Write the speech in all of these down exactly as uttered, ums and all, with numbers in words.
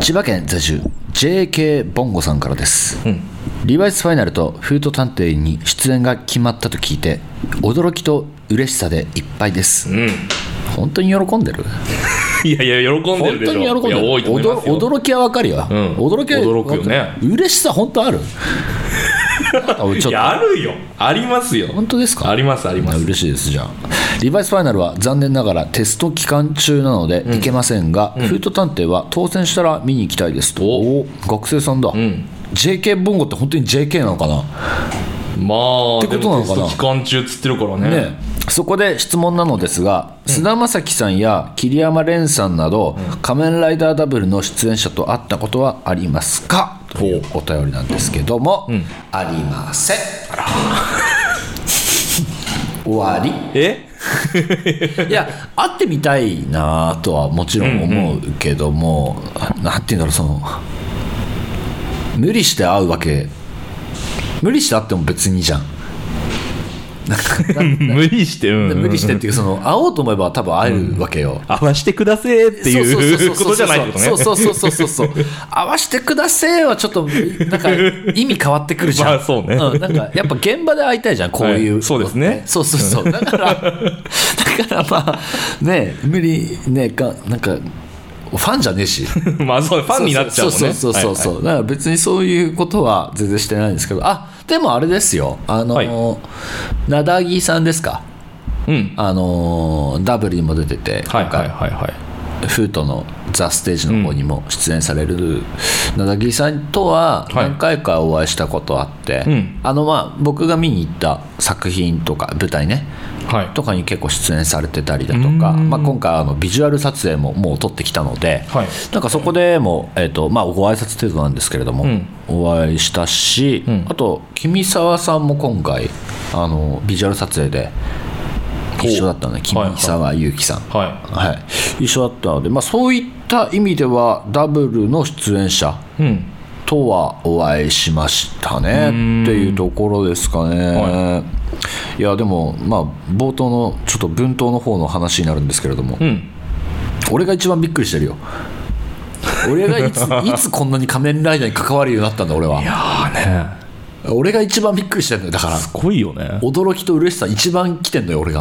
千葉県在住 ジェーケー ボンゴさんからです、 うん、 リバイスファイナルとフード探偵に出演が決まったと聞いて驚きと嬉しさでいっぱいです、うん、本当に喜んでるいやいや喜んでるでしょ。 本当に喜んでる。 いや多いと思いますよ。 驚きは分かるよ、うん、驚きは驚くよね。 嬉しさ本当あるいやあるよ、ありますよ。 本当ですか？ ありますあります。 嬉しいです。じゃあリバイスファイナルは残念ながらテスト期間中なので行けませんが、うん、フード探偵は当選したら見に行きたいですと。お学生さんだ、うん、ジェーケー ボンゴって本当に ジェーケー なのかな。 まあってことなのかな。 テスト期間中つってるからね。 ね、そこで質問なのですが、菅田将暉さんや桐山蓮さんなど、うん、仮面ライダーダブルの出演者と会ったことはありますかというお便りなんですけども、うん、ありません。あら終わり。 えいや会ってみたいなとはもちろん思うけども、うんうん、なんていうんだろう、その無理して会うわけ、無理して会っても別にいいじゃん。 無理して、うんうん、 無理してっていう、その会おうと思えば多分会えるわけよ、うん、 会わしてくだせーっていうことじゃないってことね。 そうそうそうそうそうそう会わしてくだせーはちょっとなんか意味変わってくるじゃん。 まあそうね、 うん、なんかやっぱ現場で会いたいじゃん、こういう、はい、 そうですね。 そうそうそうだからだからまあね無理ねかなんかファンじゃねえしまあそうファンになっちゃうもんね。 そうそうそうそう、はいはい、だから別にそういうことは全然してないんですけど、あでもあれですよ、あの、はい、なだぎさんですか、うん、あのダブルにも出てて、 はいはいはいはい、 フートのザ・ステージの方にも出演されるなだぎさんとは何回かお会いしたことあって、はい、あのまあ僕が見に行った作品とか舞台ね、はい、とかに結構出演されてたりだとか、まあ、今回あのビジュアル撮影ももう撮ってきたので、はい、なんかそこでも、えーとまあ、ご挨拶程度なんですけれども、うん、お会いしたし、うん、あと君沢さんも今回あのビジュアル撮影で一緒だったので、君沢祐希さん、はいはいはい、一緒だったので、まあ、そういった意味ではダブルの出演者、うんとはお会いしましたねっていうところですかね、はい、いやでもまあ冒頭のちょっと文頭の方の話になるんですけれども、うん、俺が一番びっくりしてるよ。俺がいついつこんなに仮面ライダーに関わるようになったんだ俺は。 いやーね、 俺が一番びっくりしてるんだよ。だからすごいよね、 驚きと嬉しさ一番来てんのよ俺が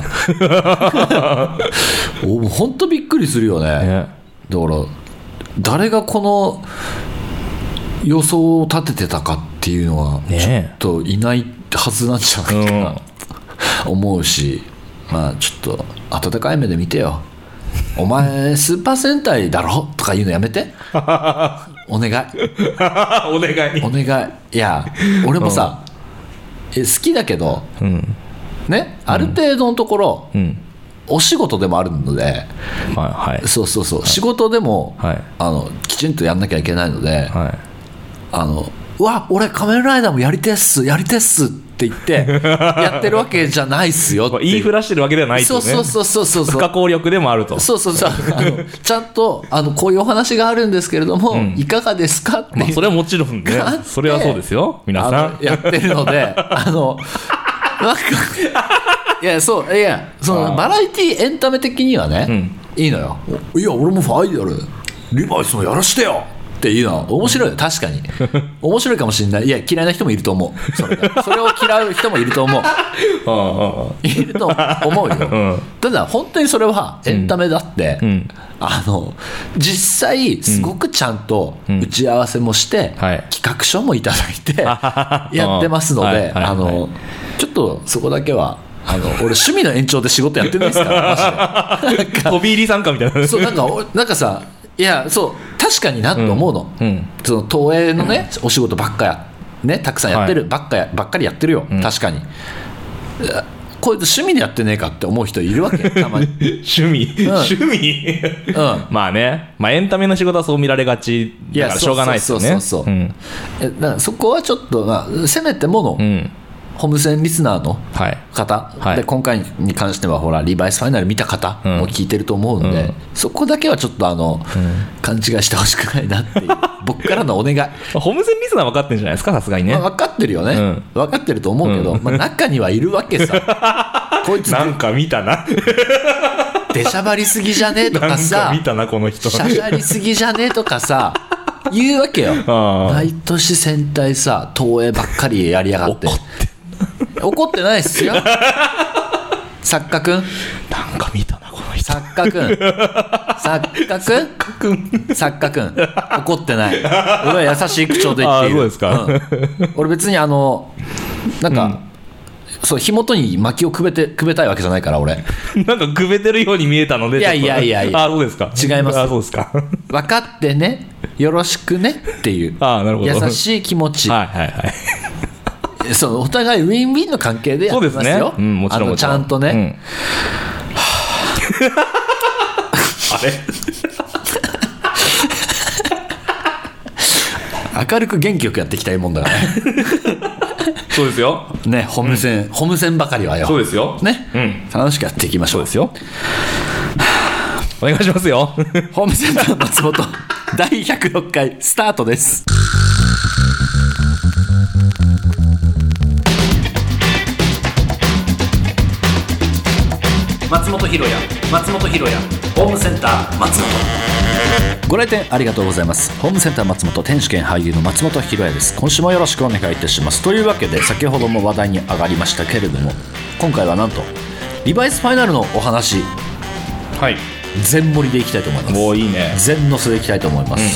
ほんとびっくりするよ ね, ねだから誰がこの予想を立ててたかっていうのはちょっといないはずなんじゃないかな、ね、うん、思うし、まあちょっと温かい目で見てよ。お前スーパー戦隊だろとか言うのやめてお願いお願いお願い。いや俺もさ、うん、え好きだけど、うんね、ある程度のところ、うん、お仕事でもあるので、はいはい、そうそうそう、はい、仕事でも、はい、あのきちんとやんなきゃいけないので、はい、あのうわ俺仮面ライダーもやりてっすやりてっすって言ってやってるわけじゃないっすよって言いふらしてるわけではないとね。 そうそうそうそうそう不可抗力でもあると。 そうそうそうあのちゃんとあのこういうお話があるんですけれども、うん、いかがですかって、 まあ、それはもちろんねそれはそうですよ皆さんやってるのであのなんかいやそういやそのバラエティエンタメ的にはね、うん、いいのよ。いや俺もファイナルリバイスもやらしてよっていうのは面白いよ。確かに面白いかもしれない。いや嫌いな人もいると思う。それでそれを嫌う人もいると思ういると思うよ、うん、ただ本当にそれはエンタメだって、うん、あの実際すごくちゃんと打ち合わせもして、うん、企画書もいただいてやってますので、あのちょっとそこだけはあの俺趣味の延長で仕事やってないですからマジで飛び入り参加みたいな。 そうなんかなんかさ、いやそう確かになと思うの、うんうん、その東映のね、うん、お仕事ばっかや、ね、たくさんやってる、はい、ばっかやばっかりやってるよ、うん、確かにこいつ趣味でやってねえかって思う人いるわけたまに趣味、うん、趣味、うん、まあね、まあ、エンタメの仕事はそう見られがちだからしょうがないですよね。そうそうそうそう、うん、 えだからそこはちょっと、まあ、せめてもの、うんホームセンリスナーの方、はい、で今回に関してはほらリバイスファイナル見た方も聞いてると思うので、うん、そこだけはちょっとあの、うん、勘違いしてほしくないなっていう僕からのお願いホームセンリスナー分かってるんじゃないですかさすがにね、 まあ、分かってるよね、うん、分かってると思うけど、うんまあ、中にはいるわけさこいつなんか見たな出しゃばりすぎじゃねえとかさなんか見たなこの人しゃしゃりすぎじゃねえとかさ言うわけよ。毎年戦隊さ東映ばっかりやりやがって怒って怒ってないっすよ作家くんなんか見たなこの人。 作家くん作家くん作家くん怒ってない。俺は優しい口調で言っている。 あ、そうですか、うん、 俺別にあのなんか、うんそう火元に薪をくべてくべたいわけじゃないから俺なんかくべてるように見えたのでいやいやいやいやあそうですか違います。 あそうですか分かってねよろしくねっていうあなるほど優しい気持ちはいはいはいそうお互いウィンウィンの関係でやってますよ。そうですね、うん、もちろんもちろんあのちゃんとね、うん、 あれ明るく元気よくやっていきたいもんだからねそうですよね、ホームセン、うん、ホームセンばかりはよそうですよね、うん、楽しくやっていきましょう。 そうですよお願いしますよホームセンター松本だいひゃくろっかいスタートです。松本ひろや松本ひろやホームセンター松本。ご来店ありがとうございます。ホームセンター松本天使兼俳優の松本ひろやです。今週もよろしくお願いいたします。というわけで先ほども話題に上がりましたけれども今回はなんとリバイスファイナルのお話、 はい全盛りでいきたいと思います。 もういいね全乗せでいきたいと思います、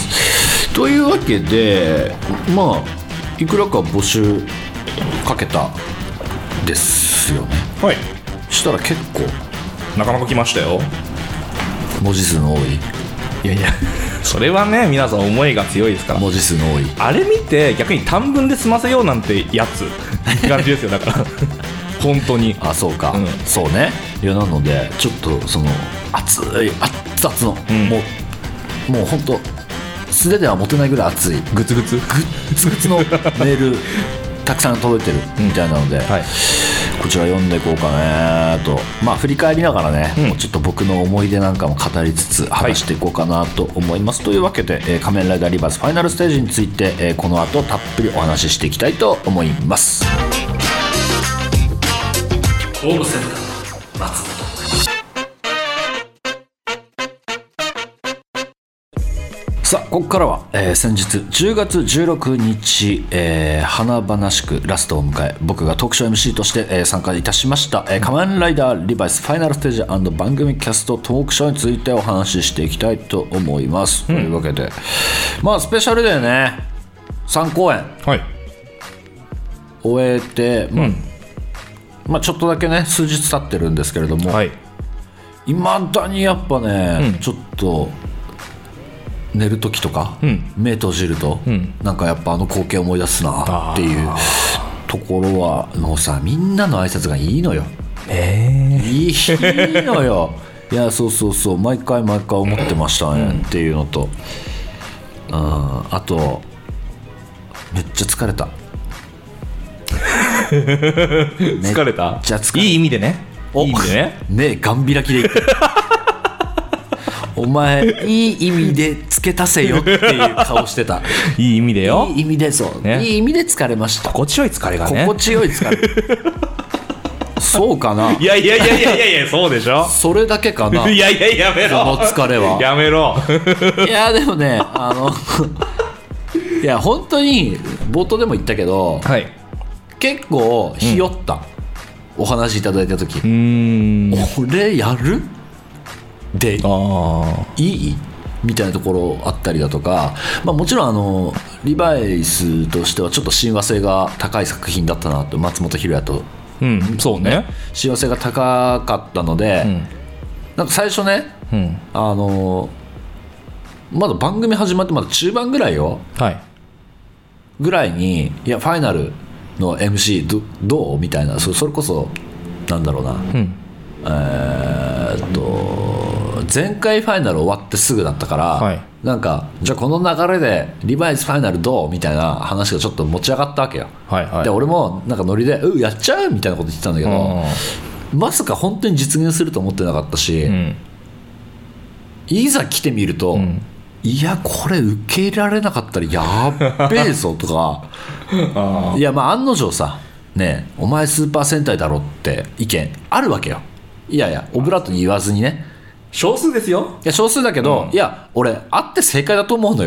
うん、というわけでまあいくらか募集かけたですよね。 はいしたら結構なかなか来ましたよ。 文字数の多い。 いやいやそれはね皆さん思いが強いですから。 文字数の多いあれ見て逆に短文で済ませようなんてやつって感じですよだから本当に。 あそうか、うん、そうね。いやなのでちょっとその熱い熱々の、うん、もうもう本当素手では持てないぐらい熱いグツグツグツグツのメールたくさん届いてるみたいなので、うんはい、こちら読んでいこうかなと、まあ振り返りながらね、うん、もうちょっと僕の思い出なんかも語りつつ話していこうかなと思います、はい、というわけで、えー、仮面ライダーリバースファイナルステージについて、えー、この後たっぷりお話ししていきたいと思います。ホームセンター松本。さあここからは、えー、先日じゅうがつじゅうろくにち、えー、華々しくラストを迎え僕がトークショー エムシー として、えー、参加いたしました、えー、仮面ライダーリバイスファイナルステージ&番組キャストトークショーについてお話ししていきたいと思います、うん、というわけでまあスペシャルデーねさんこうえん、はい、終えて、まあうんまあ、ちょっとだけね数日経ってるんですけれども、はい、未だにやっぱね、うん、ちょっと寝る時とか、うん、目閉じると、うん、なんかやっぱあの光景を思い出すなっていうところはもうさみんなの挨拶がいいのよ。 えー、 いいのよいやそうそうそう毎回毎回思ってましたね、うん、っていうのと、うん、あとめっちゃ疲れた疲れためっちゃ疲れた。いい意味でねいい意味でね目ガン開きでいってお前いい意味で付け足せよっていう顔してたいい意味でよいい意味でそう、ね、いい意味で疲れました。 心地よい疲れがね心地よい疲れそうかないやいやいやいやいやいやそうでしょそれだけかないやいややめろこの疲れはやめろいやでもねあのいや本当に冒頭でも言ったけど、はい、結構ひよった、うん、お話いただいた時うーん俺やるであいいみたいなところあったりだとか、まあ、もちろんあのリバイスとしてはちょっと親和性が高い作品だったなと松本ひろやと、 うん、そうね親和性が高かったので、うん、なんか最初ね、うん、あのまだ番組始まってまだ中盤ぐらいよ、はい、ぐらいにいやファイナルの エムシー ど, どうみたいな そ, それこそなんだろうな、うん、えーっと前回ファイナル終わってすぐだったから、はい、なんかじゃあこの流れでリバイスファイナルどうみたいな話がちょっと持ち上がったわけよ、はいはい、で俺もなんかノリでうやっちゃうみたいなこと言ってたんだけど、うん、まさか本当に実現すると思ってなかったし、うん、いざ来てみると、うん、いやこれ受け入れられなかったらやっべえぞとかあいやまあ案の定さねえお前スーパー戦隊だろって意見あるわけよ。いやいやオブラートに言わずにね少数ですよ。 いや少数だけど、うん、いや俺あって正解だと思うのよ。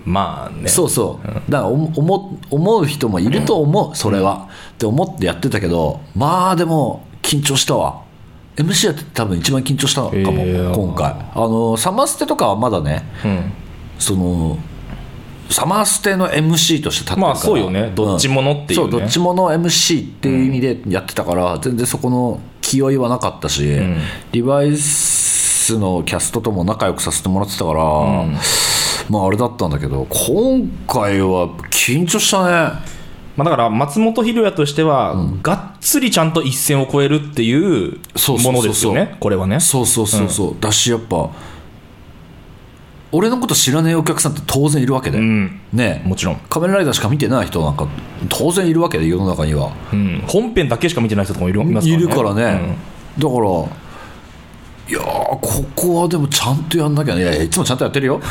まあね、 そうそう、うん、だから思, 思う人もいると思う、うん、それは、うん、って思ってやってたけど、まあでも緊張したわ。 エムシー やって多分一番緊張したかも、えー、今回あのサマステとかはまだね、うん、そのサマステの エムシー として立ってるから、 まあそうよね、どっちものっていうね、 うん、そうどっちもの エムシー っていう意味でやってたから、うん、全然そこの気負いはなかったし、うん、リバイスのキャストとも仲良くさせてもらってたから、うん、まああれだったんだけど、今回は緊張したね。 まあ、だから松本ひろやとしては、うん、がっつりちゃんと一線を越えるっていうものですよね、これはね。 そうそうそうそう、うん、だしやっぱ俺のこと知らねえお客さんって当然いるわけで、うん、ね、 もちろん仮面ライダーしか見てない人なんか当然いるわけで、世の中には、 うん、本編だけしか見てない人とかもいる、いますからね。 いるからね、うん、だからいやーここはでもちゃんとやんなきゃね。いやいやいつもちゃんとやってるよ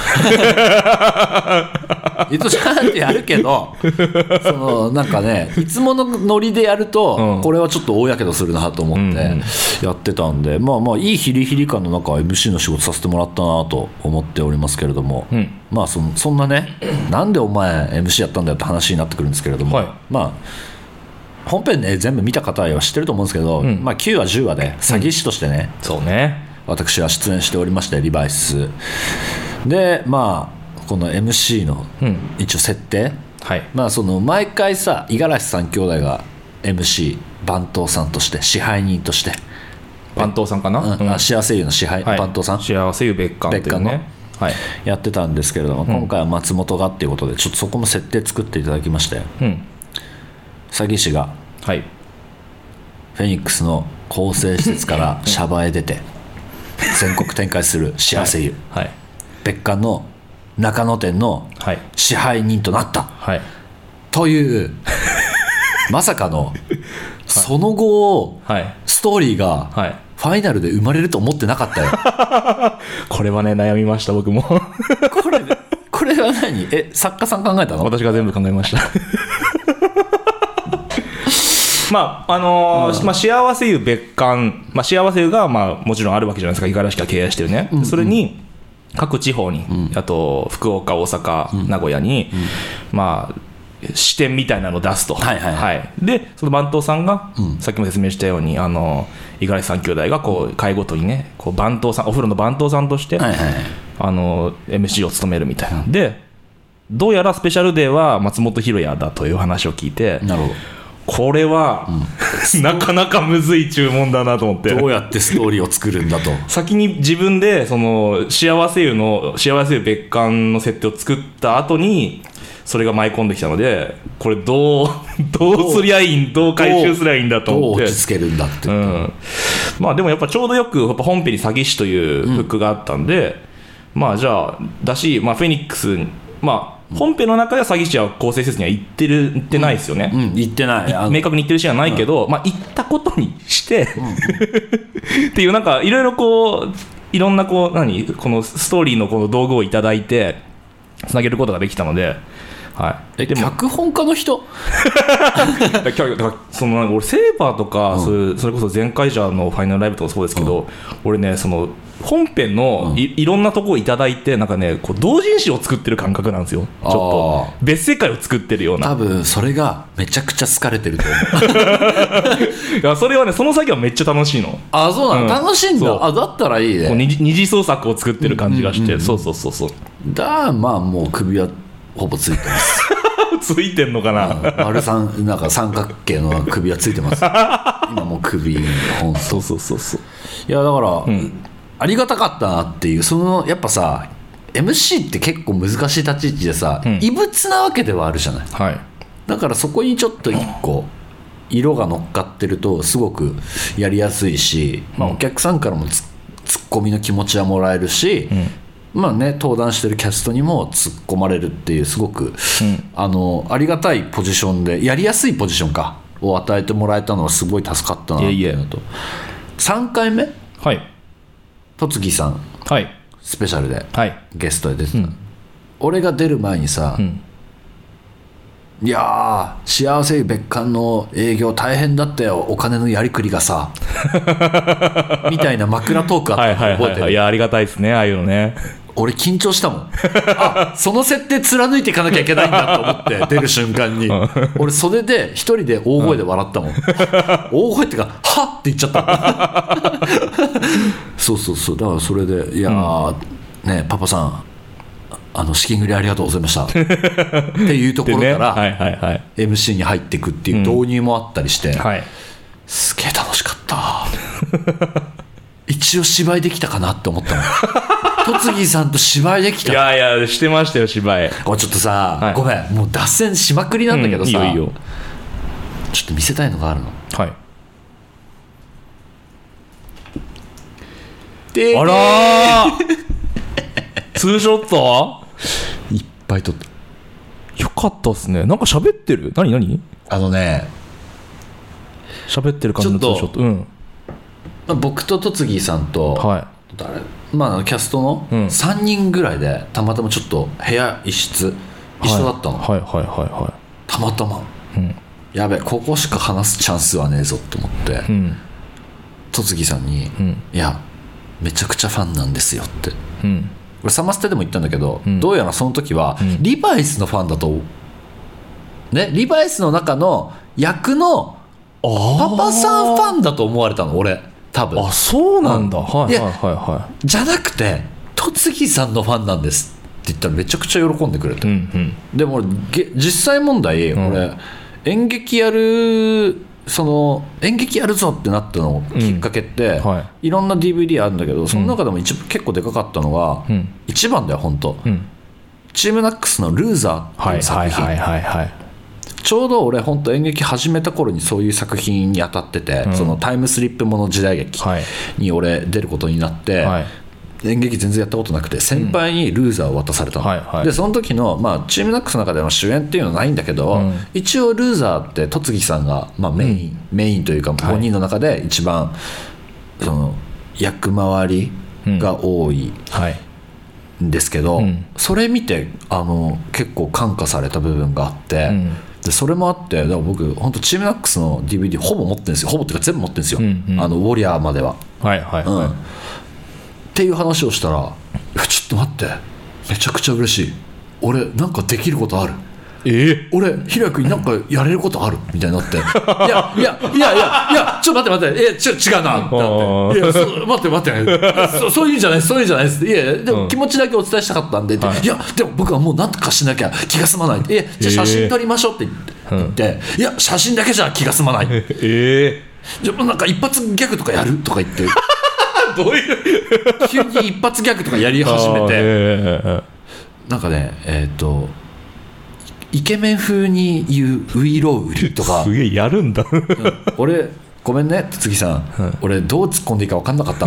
いつもちゃんとやるけどそのなんかね、いつものノリでやると、うん、これはちょっと大やけどするなと思ってやってたんで、うんうん、まあまあいいヒリヒリ感の中 エムシー の仕事させてもらったなと思っておりますけれども、うん、まあ そ, そんなね、なんでお前 エムシー やったんだよって話になってくるんですけれども、はい、まあ本編ね全部見た方は知ってると思うんですけど、うん、まあ、きゅうわじゅうわで詐欺師としてね、 うん、そうね、 私は出演しておりまして、リバイスで、まあこの エムシー の一応設定、うんはい、まあその毎回さ、五十嵐さん兄弟が エムシー 番頭さんとして支配人として番頭さんかな、 うんうん、幸せ湯の支配、はい、番頭さん、 幸せ湯別館っていうね、はい、 やってたんですけれども、うん、今回は松本がっていうことでちょっとそこも設定作っていただきまして、うん、詐欺師が、はい、フェニックスの更生施設からシャバへ出て全国展開する幸せ湯、はいはい、別館の中野店の支配人となった、はい、というまさかのその後、はい、ストーリーがファイナルで生まれると思ってなかったよこれはね悩みました僕もこれこれは何、え作家さん考えたの？ 私が全部考えましたまああのーうんまあ、幸せ湯別館、まあ、幸せ湯が、まあ、もちろんあるわけじゃないですか、五十嵐が経営してるね、うんうん、それに各地方に、うん、あと福岡、大阪、うん、名古屋に、うんまあ、支店みたいなのを出すと、はいはいはいはい、でその番頭さんが、うん、さっきも説明したようにあの五十嵐さん兄弟がこう会ごとにねこう番頭さんお風呂の番頭さんとして、はいはい、あの エムシー を務めるみたいな、うん、でどうやらスペシャルデーは松本ひろやだという話を聞いて、なるほどこれは、うん、なかなかむずい注文だなと思って、 どうやってストーリーを作るんだと先に自分でその幸せ湯の幸せ湯別館の設定を作った後にそれが舞い込んできたので、これどうどうすりゃいいんどう回収すりゃいいんだと思って、 どう落ち着けるんだって、うん、 まあでもやっぱちょうどよくやっぱ本編に詐欺師というフックがあったんで、うん、まあじゃあだし、まあ、フェニックスまあ本編の中では詐欺師は更生施設には行ってる行ってないですよね、 うんうん、行ってない明確に行ってるシーンはないけど、うんまあ、行ったことにして、うん、っていうなんかいろいろこういろんなこう何このストーリーのこの道具をいただいてつなげることができたので、はい、 えでも脚本家の人だからその俺セーバーとか、うん、そ, れそれこそ前回じゃのファイナルライブとかそうですけど、うん、俺ねその本編の い,、うん、いろんなとこをいただいてなんかねこう同人誌を作ってる感覚なんですよ。ちょっと別世界を作ってるような。 多分それがめちゃくちゃ好かれてると思ういやそれはねその作業はめっちゃ楽しいの。 あそうなの、うん、楽しいんだ。あだったらいいね。 こう 二, 二次創作を作ってる感じがして、うんうんうん、そうそうそうそうだまあもう首はほぼついてますついてんのかな、 うん、丸三なんか三角形の首はついてます今もう首本そうそうそうそういやだから、うんありがたかったなっていうそのやっぱさ エムシー って結構難しい立ち位置でさ、うん、異物なわけではあるじゃない、はい、だからそこにちょっと一個色が乗っかってるとすごくやりやすいし、まあ、お客さんからもツッコミの気持ちはもらえるし、うんまあね、登壇してるキャストにも突っ込まれるっていうすごく、うん、あのありがたいポジションでやりやすいポジションかを与えてもらえたのはすごい助かったなっていうのといえいえさんかいめはい戸次さん、はい、スペシャルで、はい、ゲストで出てた、うん、俺が出る前にさ、うん、いやー幸せ別館の営業大変だったよお金のやりくりがさみたいな枕トークあったの覚えてる？ はいはいはいはい、いやありがたいですねああいうのね俺緊張したもんあその設定貫いていかなきゃいけないんだと思って出る瞬間に俺袖で一人で大声で笑ったもん、うん、大声っていうかはっって言っちゃったそうそうそう、だからそれでいやー、うん、ねパパさんあの資金繰りありがとうございましたっていうところから、ねはいはいはい、エムシー に入っていくっていう導入もあったりして、うんはい、すげえ楽しかった一応芝居できたかなって思ったの戸次さんと芝居できた。 いやいやしてましたよ芝居。 これちょっとさ、はい、ごめんもう脱線しまくりなんだけどさ、うん、いいよいいよちょっと見せたいのがあるの。 はいであらーツーショットいっぱい撮った。 よかったっすね。なんか喋ってる。何何あのね喋ってる感じのツーショット。うん、 僕と戸次さんと、はい、誰まあキャストのさんにんぐらいでたまたまちょっと部屋一室一緒だったの、 はい、はいはいはいはいたまたま、うん、やべここしか話すチャンスはねえぞと思って、うん、戸次さんに、うん、いやめちゃくちゃファンなんですよって、うん、俺サマステでも言ったんだけど、うん、どうやらその時は、うん、リバイスのファンだとねリバイスの中の役のパパさんファンだと思われたの俺多分。 あそうなんだ、うん、はいはいはいはいじゃなくて戸次さんのファンなんですって言ったらめちゃくちゃ喜んでくれて、うんうん、でも実際問題、うん、俺演劇やるその演劇やるぞってなったのきっかけって、うんはい、いろんな ディーブイディー あるんだけどその中でも一番結構でかかったのが、うん、一番だよ本当、うん、チームナックスのルーザーっていう作品、はいはいはいはいはいちょうど俺本当演劇始めた頃にそういう作品に当たってて、うん、そのタイムスリップもの時代劇に俺出ることになって、はい、演劇全然やったことなくて先輩にルーザーを渡されたの、うんはいはい、でその時の、まあ、チームナックスの中での主演っていうのはないんだけど、うん、一応ルーザーって戸次さんが、まあ、メイン、うん、メインというかごにんの中で一番、はい、その役回りが多い、うんはいんですけど、うん、それ見てあの結構感化された部分があって、うんでそれもあってだから僕本当チームナックスの ディーブイディー ほぼ持ってるんですよほぼっていうか全部持ってるんですよ、うんうん、あのウォリアーまでははいはいはい、うん、 っていう話をしたらちょっと待ってめちゃくちゃ嬉しい俺なんかできることあるえー、 俺平君になんかやれることあるみたいになっていやいやいやいやいやちょっと待って待ってえちょ違うなってなっていやそ待って待ってそそういうんじゃないそういうんじゃないですいやでも気持ちだけお伝えしたかったんで、うん、いやでも僕はもう何とかしなきゃ気が済まないいやじゃあ写真撮りましょうって言って、えー、いや写真だけじゃ気が済まないえー、じゃあなんか一発ギャグとかやるとか言ってどういう急に一発ギャグとかやり始めて、えー、なんかねえっ、ー、とイケメン風に言うウイロウリとかすげえやるんだ、うん、 俺ごめんね戸次さん、うん、俺どう突っ込んでいいか分かんなかった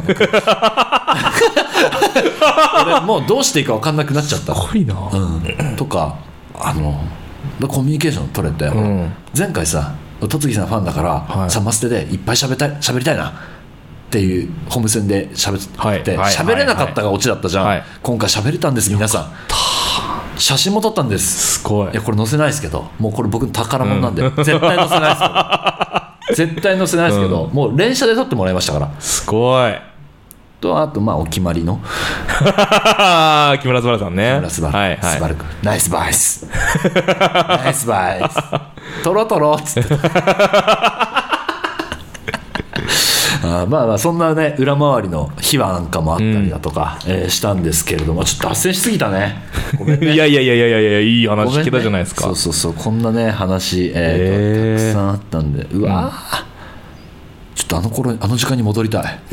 俺もうどうしていいか分かんなくなっちゃったすごいな、 うん、とかあのコミュニケーション取れて、うん、前回さ戸次さんファンだから、はい、サマステでいっぱい喋りたい喋りたいなっていうホーム戦で喋って喋、はいはい、れなかったがオチだったじゃん、はい、今回喋れたんです皆さん写真も撮ったんです。 すごい。 いやこれ載せないですけどもうこれ僕の宝物なんで、うん、絶対載せないですけど絶対載せないですけど、うん、もう連写で撮ってもらいましたからすごいとあとまあお決まりの木村昴さんね木村昴、はいはい、昴君ナイスバイスナイスバイストロトロっつってあまあまあそんなね裏回りの秘話なんかもあったりだとか、うんえー、したんですけれどもちょっと脱線しすぎたねごめんねいやいやいやいやいやいやいい話聞けたじゃないですか、 ね、そうそうそうこんなね話、えー、とたくさんあったんでうわ、うん、ちょっとあの頃あの時間に戻りたい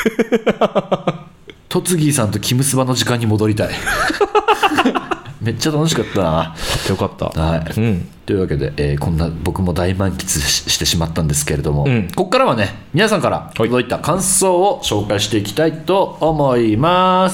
戸次さんとキムスバの時間に戻りたいめっちゃ楽しかったなよかった、 はいうん、というわけで、えー、こんな僕も大満喫 し, してしまったんですけれども、うん、ここからはね皆さんから届いた感想を紹介していきたいと思います。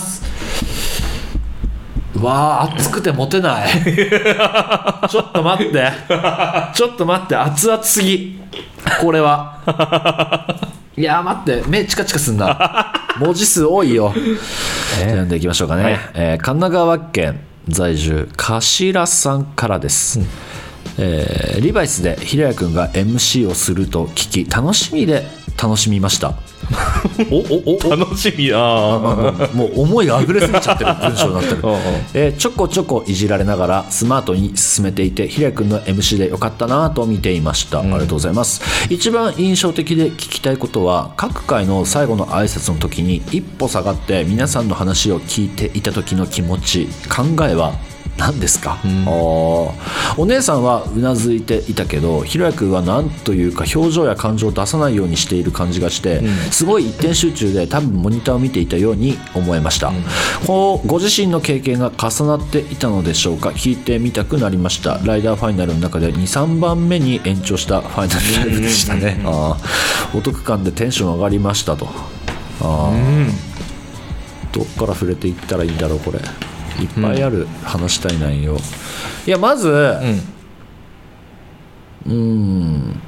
わあ熱くて持てないちょっと待ってちょっと待って熱々すぎこれはいや待って目チカチカすんな文字数多いよ、えー、読んでいきましょうかね、はいえー、神奈川県在住頭さんからです、うんえー、リバイスで平谷くんが エムシー をすると聞き楽しみで楽しみましたおおお楽しみやもう、もう思いが溢れすぎちゃってる文章になってるえー、ちょこちょこいじられながらスマートに進めていて、ひらくんの エムシー でよかったなと見ていました、うん、ありがとうございます。一番印象的で聞きたいことは、各回の最後の挨拶の時に一歩下がって皆さんの話を聞いていた時の気持ち、考えは何ですか？うん、お姉さんはうなずいていたけど、ひろやくんは何というか表情や感情を出さないようにしている感じがして、うん、すごい一点集中で多分モニターを見ていたように思えました、うん、こうご自身の経験が重なっていたのでしょうか。聞いてみたくなりました。ライダーファイナルの中で に,さん 番目に延長したファイナルライブでしたね。あお得感でテンション上がりましたと。あ、うん、どっから触れていったらいいんだろうこれ。いっぱいある、うん、話したい内容。いやまずうんうーん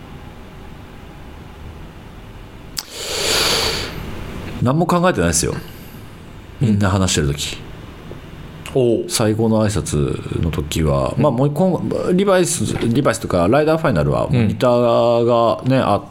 何も考えてないですよ、みんな話してる時、うん、最後の挨拶の時は、うん、まあもう一個リバイスリバイスとかライダーファイナルはモニターがね、うん、あって、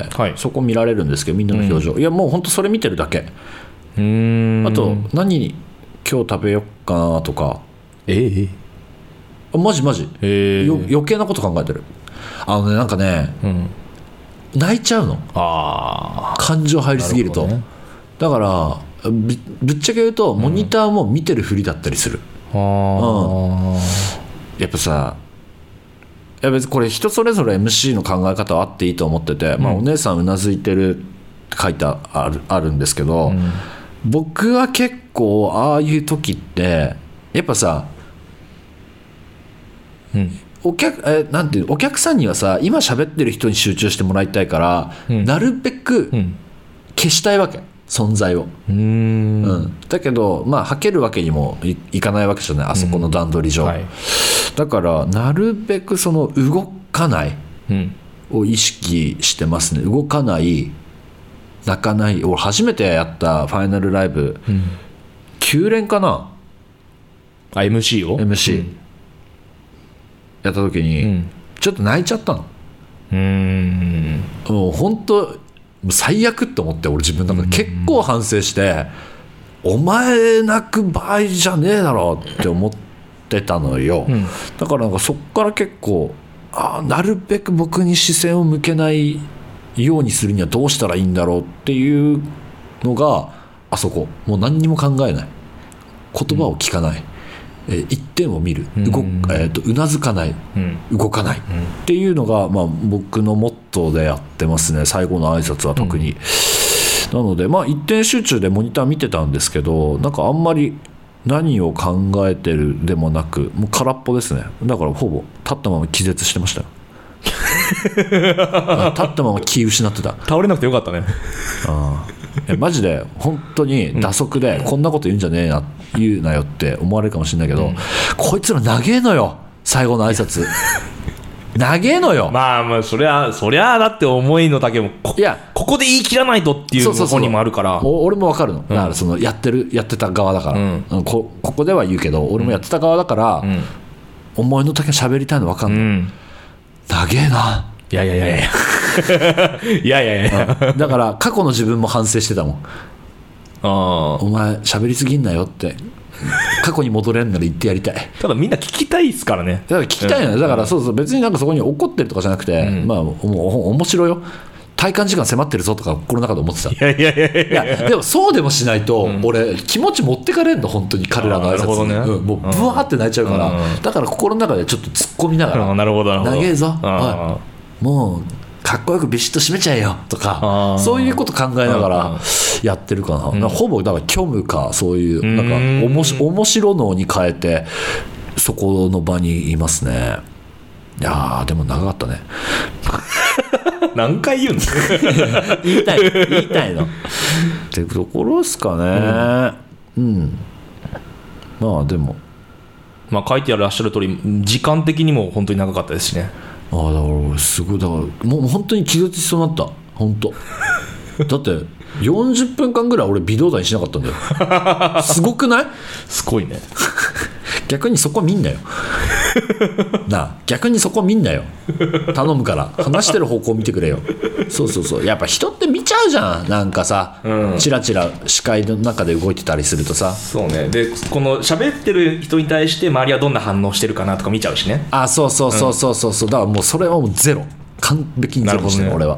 はい、そこ見られるんですけど、みんなの表情、うん、いやもう本当それ見てるだけ。うーん、あと何今日食べよっかなとか、ええ、マジマジ、えー、よ余計なこと考えてる。あのね、なんかね、うん、泣いちゃうの。あ、感情入りすぎると、ね、だから ぶ, ぶっちゃけ言うとモニターも見てるふりだったりする、うん、あ、やっぱさ、いや別にこれ人それぞれ エムシー の考え方はあっていいと思ってて、うん、まあ、お姉さんうなずいてるって書いてあ る, あるんですけど、うん、僕は結構ああいう時ってやっぱさ、うん、お客えなんていうお客さんにはさ、今喋ってる人に集中してもらいたいから、うん、なるべく消したいわけ、存在を。うーん、うん、だけどまあはけるわけにも い, いかないわけじゃない、あそこの段取り上、うん、はい、だからなるべくその動かないを意識してますね。動かない、泣かない。俺初めてやったファイナルライブ、うん、きゅう連かなあ、 エムシー を エムシー、うん、やった時に、うん、ちょっと泣いちゃったの。うーん、もう本当最悪って思って、俺自分の中で結構反省して、お前泣く場合じゃねえだろって思ってたのよ、うん、だからなんかそっから結構、あ、なるべく僕に視線を向けないようにするにはどうしたらいいんだろうっていうのがあそこ。もう何にも考えない、言葉を聞かない、うん、えー、一点を見る、動、えー、とうなずかない、うん、動かない、うん、っていうのが、まあ、僕のモットーでやってますね、最後の挨拶は特に、うん、なので、まあ、一点集中でモニター見てたんですけど、なんかあんまり何を考えてるでもなく、もう空っぽですね。だからほぼ立ったまま気絶してましたよ立ったまま気失ってた。 倒れなくてよかったね。 ああ、マジで本当に打足で、こんなこと言うんじゃねえな、言うなよって思われるかもしれないけど、うん、こいつら長えのよ、最後の挨拶長えのよ。 まあまあ、そりゃそりゃだって思いの丈も こ, いやここで言い切らないとっていう方にもあるから。 そうそうそう、俺も分かるの、だからそのやってるやってた側だから、うん、こ, ここでは言うけど俺もやってた側だから、うん、思いの丈喋りたいの分かんない、うん、長えな。 いやいやいやいやいやいやいやだから過去の自分も反省してたもん。あ、お前喋りすぎんなよって、過去に戻れんなら言ってやりたい。 ただみんな聞きたいですからね。 だから聞きたいのよ、うん、だからそうそう、別になんかそこに怒ってるとかじゃなくて、うん、まあもう面白いよ、体感時間迫ってるぞとか心の中で思ってた。いやいやいやいや、でもそうでもしないと、うん、俺気持ち持ってかれんの本当に、彼らの挨拶に、ね、うん、もうブワーって泣いちゃうから、うん、だから心の中でちょっと突っ込みながら、うん、なるほどなるほど、長えぞ、おいもうかっこよくビシッと締めちゃえよとか、そういうこと考えながらやってるかな、うん、なんかほぼだから虚無か、そういうなんかおもし面白脳に変えてそこの場にいますね。いやでも長かったね何回言うんですか言いたい言いたいのっていうところですかね。うん、うん、まあでもまあ書いてあらっしゃる通り時間的にも本当に長かったですしね。 ああ、だからすごい、だからもう本当に気絶しそうになった、本当だってよんじゅっぷんかんぐらい俺微動だにしなかったんだよすごくない？ すごいね逆にそこ見んなよなあ逆にそこ見んなよ頼むから話してる方向見てくれよそうそうそうやっぱ人って見ちゃうじゃんなんかさ、うん、チラチラ視界の中で動いてたりするとさそうねでこの喋ってる人に対して周りはどんな反応してるかなとか見ちゃうしねあそうそうそうそうそうそう、うん、だからもうそれはもうゼロ完璧にゼロにしてる、ね、俺は。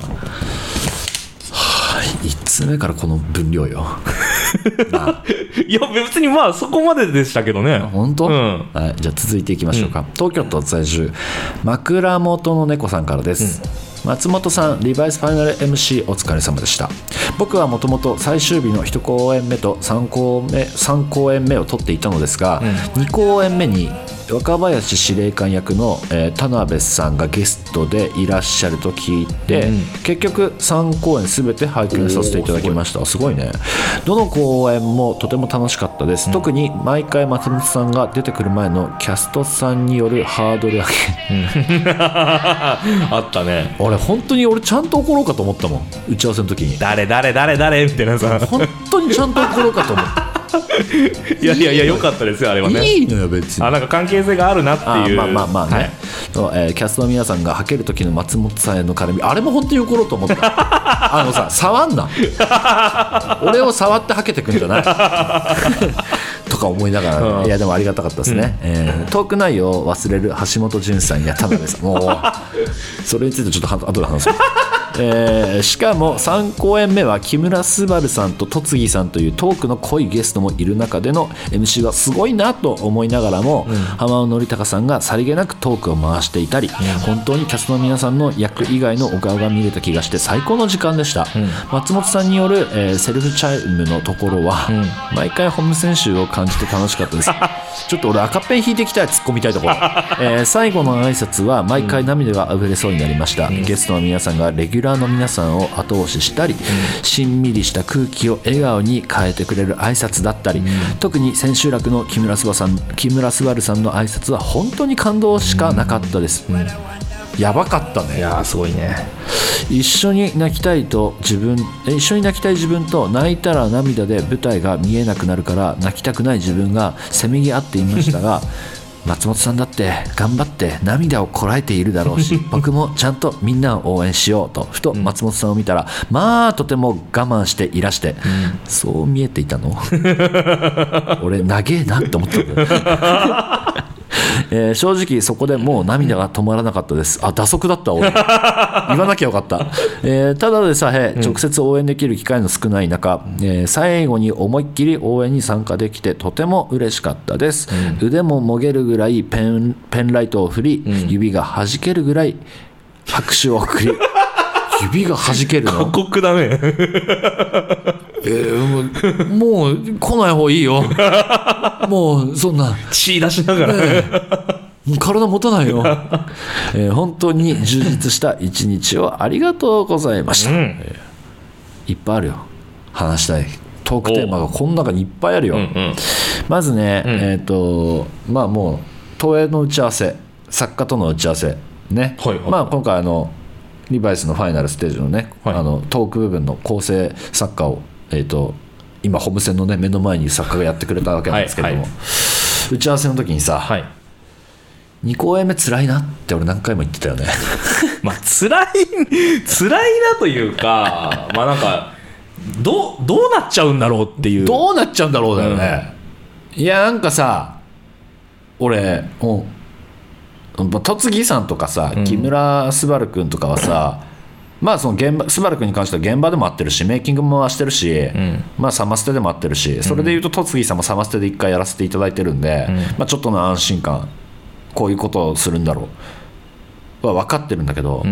いっつうめからこの分量よいや別にまあそこまででしたけどね本当、うんはい、じゃあ続いていきましょうか、うん、東京都在住枕元の猫さんからです、うん、松本さんリバイスファイナル エムシー お疲れ様でした。僕はもともと最終日のいち公演目とさん公演目、さん公演目を取っていたのですが、うん、に公演目に若林司令官役の、えー、田辺さんがゲストでいらっしゃると聞いて、うん、結局さん公演すべて拝見させていただきました。すごいね。どの公演もとても楽しかったです、うん、特に毎回松本さんが出てくる前のキャストさんによるハードル上げ、 うん、あったね。 俺本当に俺ちゃんと怒ろうかと思ったもん打ち合わせの時に誰誰誰誰みたいなさ本当にちゃんと怒ろうかと思ったいやいやいや良かったですよあれはね。 いいのよ別に。 あなんか関係性があるなっていう。 あまあまあまあね、はいそうえー、キャストの皆さんがはける時の松本さんへの絡みあれも本当に怒ろうと思ったあのさ触んな俺を触ってはけてくんじゃないとか思いながら、ね、うん、いやでもありがたかったですね、うんえー、トーク内容を忘れる橋本潤さんや田辺さんもうそれについてちょっと後で話そうえー、しかもさん公演目は木村昴さんと戸次さんというトークの濃いゲストもいる中での エムシー はすごいなと思いながらも、うん、浜尾典孝さんがさりげなくトークを回していたり、うん、本当にキャストの皆さんの役以外のお顔が見れた気がして最高の時間でした、うん、松本さんによる、えー、セルフチャイムのところは、うん、毎回ホーム選手を感じて楽しかったですちょっと俺赤ペン引いていきたい突っ込みたいところ、えー、最後の挨拶は毎回涙があふれそうになりました、うん、ゲストの皆さんがレギュラーの皆さんを後押ししたり、うん、しんみりした空気を笑顔に変えてくれる挨拶だったり、うん、特に千秋楽の木村昴さん、木村昴さんの挨拶は本当に感動しかなかったです、うんうん、やばかったね。 いやすごいね。 一緒に泣きたいと自分一緒に泣きたい自分と泣いたら涙で舞台が見えなくなるから泣きたくない自分がせめぎ合っていましたが松本さんだって頑張って涙をこらえているだろうし僕もちゃんとみんなを応援しようとふと松本さんを見たら、うん、まあとても我慢していらして、うん、そう見えていたの俺長えなって思ったんだよえー、正直そこでもう涙が止まらなかったです。あ、打足だった俺言わなきゃよかった、えー、ただでさえ直接応援できる機会の少ない中、うんえー、最後に思いっきり応援に参加できてとても嬉しかったです、うん、腕ももげるぐらいペン、ペンライトを振り、うん、指が弾けるぐらい拍手を送り指が弾けるの過酷だねえー、もう、もう来ない方がいいよもうそんな血出しながら、ねえー、体持たないよ、えー、本当に充実した一日をありがとうございました、うんえー、いっぱいあるよ話したいトークテーマがこの中にいっぱいあるよ、うんうん、まずね、うん、えっ、ー、とまあもう東映の打ち合わせ作家との打ち合わせね、はいはいまあ、今回あのリバイスのファイナルステージのね、はい、あのトーク部分の構成作家を、えー、と今ホームセンの、ね、目の前に作家がやってくれたわけなんですけども、はいはい、打ち合わせの時にさ、はい、に公演目つらいなって俺何回も言ってたよねまあつらいつらいなというかまあなんかどう、どうなっちゃうんだろうっていうどうなっちゃうんだろうだよね、うん、いやなんかさ俺もう戸次さんとかさ、うん、木村昴君とかはさ、まあその現場昴君に関しては現場でも会ってるしメイキングも回してるし、うん、まあサマステでも会ってるし、それでいうと戸次さんもサマステで一回やらせていただいてるんで、うんまあ、ちょっとの安心感こういうことをするんだろうは分かってるんだけど、うん、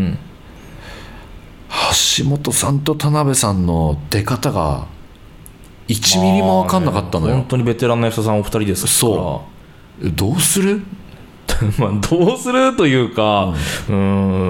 橋本さんと田辺さんの出方がいちミリも分かんなかったのよ、 まあね、本当にベテランの役者さんお二人ですからそうどうするまあどうするというか、うん、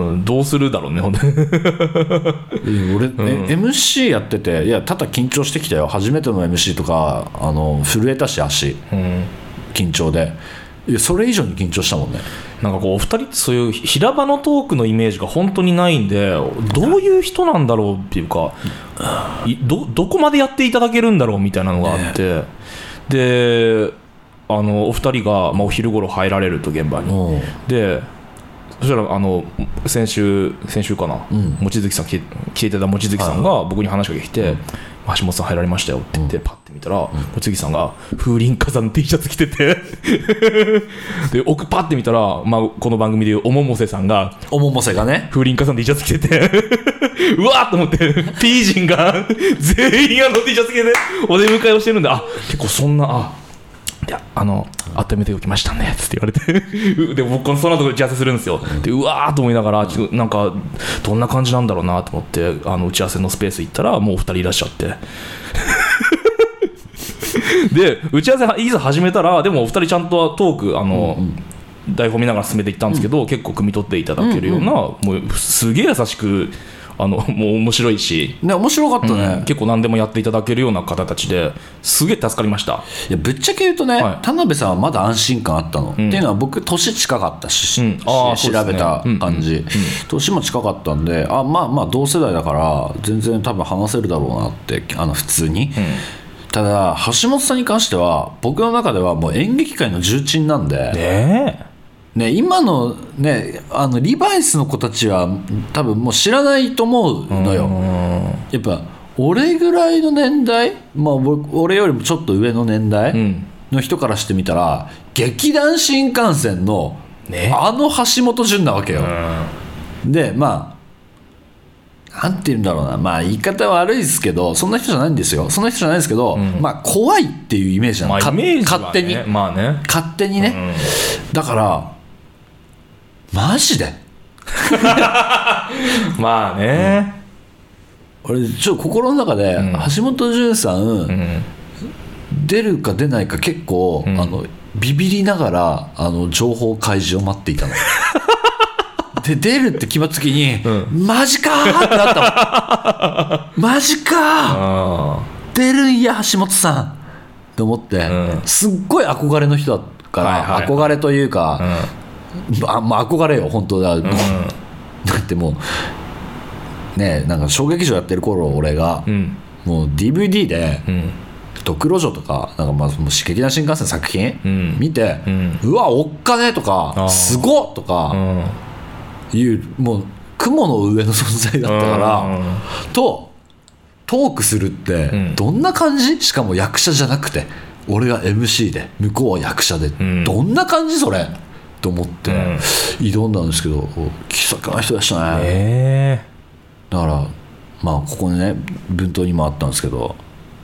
うーんどうするだろうね、ほんとに俺、うん、エムシー やってて、いや、ただ緊張してきたよ、初めての エムシー とか、あの震えたし、足、うん、緊張で、いや、それ以上に緊張したもんね。 なんかこう、お二人ってそういう平場のトークのイメージが本当にないんで、どういう人なんだろうっていうか、ど、どこまでやっていただけるんだろうみたいなのがあって、ね、で、 あのお二人が、まあ、お昼頃入られると現場にでそしたらあの先週先週かな、うん、望月さん来て来ていただいた望月さんが僕に話しかけてきて、うん、橋本さん入られましたよって言って、うん、パッて見たら、うん、望月さんが風林火山の T シャツ着ててで奥パッて見たら、まあ、この番組でいうおももせさんがおももせがね風林火山の T シャツ着ててうわーっと思って P 陣が全員あの T シャツ着てお出迎えをしてるんであ結構そんなあいやあの温めておきましたねつって言われてで僕その後打ち合わせするんですよでうわーと思いながらちょなんかどんな感じなんだろうなと思ってあの打ち合わせのスペース行ったらもうお二人いらっしゃってで打ち合わせいざ始めたらでもお二人ちゃんとトークあの、うんうん、台本見ながら進めていったんですけど、うん、結構汲み取っていただけるような、うんうん、もうすげえ優しくあのもう面白いし、 ね、面白かったね、 うん、結構何でもやっていただけるような方たちですげえ助かりました。 いやぶっちゃけ言うとね、はい、田辺さんはまだ安心感あったの、うん、っていうのは僕年近かったし、うん、あ調べた感じ、うんうんうん、年も近かったんであまあまあ同世代だから全然多分話せるだろうなってあの普通に、うん、ただ橋本さんに関しては僕の中ではもう演劇界の重鎮なんで、 ねえね、今の,、ね、あのリバイスの子たちは多分もう知らないと思うのよ。やっぱ俺ぐらいの年代、まあ、俺よりもちょっと上の年代の人からしてみたら、うん、劇団新幹線の、ね、あの橋本潤なわけよ。でまあなんて言うんだろうな、まあ言い方は悪いですけどそんな人じゃないんですよそんな人じゃないですけど、うん、まあ怖いっていうイメージなの、 まあ、イメージはね、 勝手に、 まあね、 勝手にね、うん、だからマジでまあね、 うん、俺ちょっと心の中で、うん、橋本潤さん、うん、出るか出ないか結構、うん、あのビビりながらあの情報開示を待っていたので出るって決まった時に、うん、マジかーってなったのマジかー出るんや橋本さんと思って、うん、すっごい憧れの人だから、はいはい、憧れというか、うんあまあ、憧れよ本当だ、うん、だってもうねなんか小劇場やってる頃俺が、うん、もう ディーブイディー で、うん、ドクロ城とかなんかまあもう劇団新幹線作品、うん、見て、うん、うわおっかねとかすごっとかいう、うん、もう雲の上の存在だったから、うん、とトークするってどんな感じ、しかも役者じゃなくて俺が エムシー で向こうは役者で、うん、どんな感じそれと思って挑んだんですけど、うん、気さくな人でしたね、えー、だからまあここにね文頭にもあったんですけど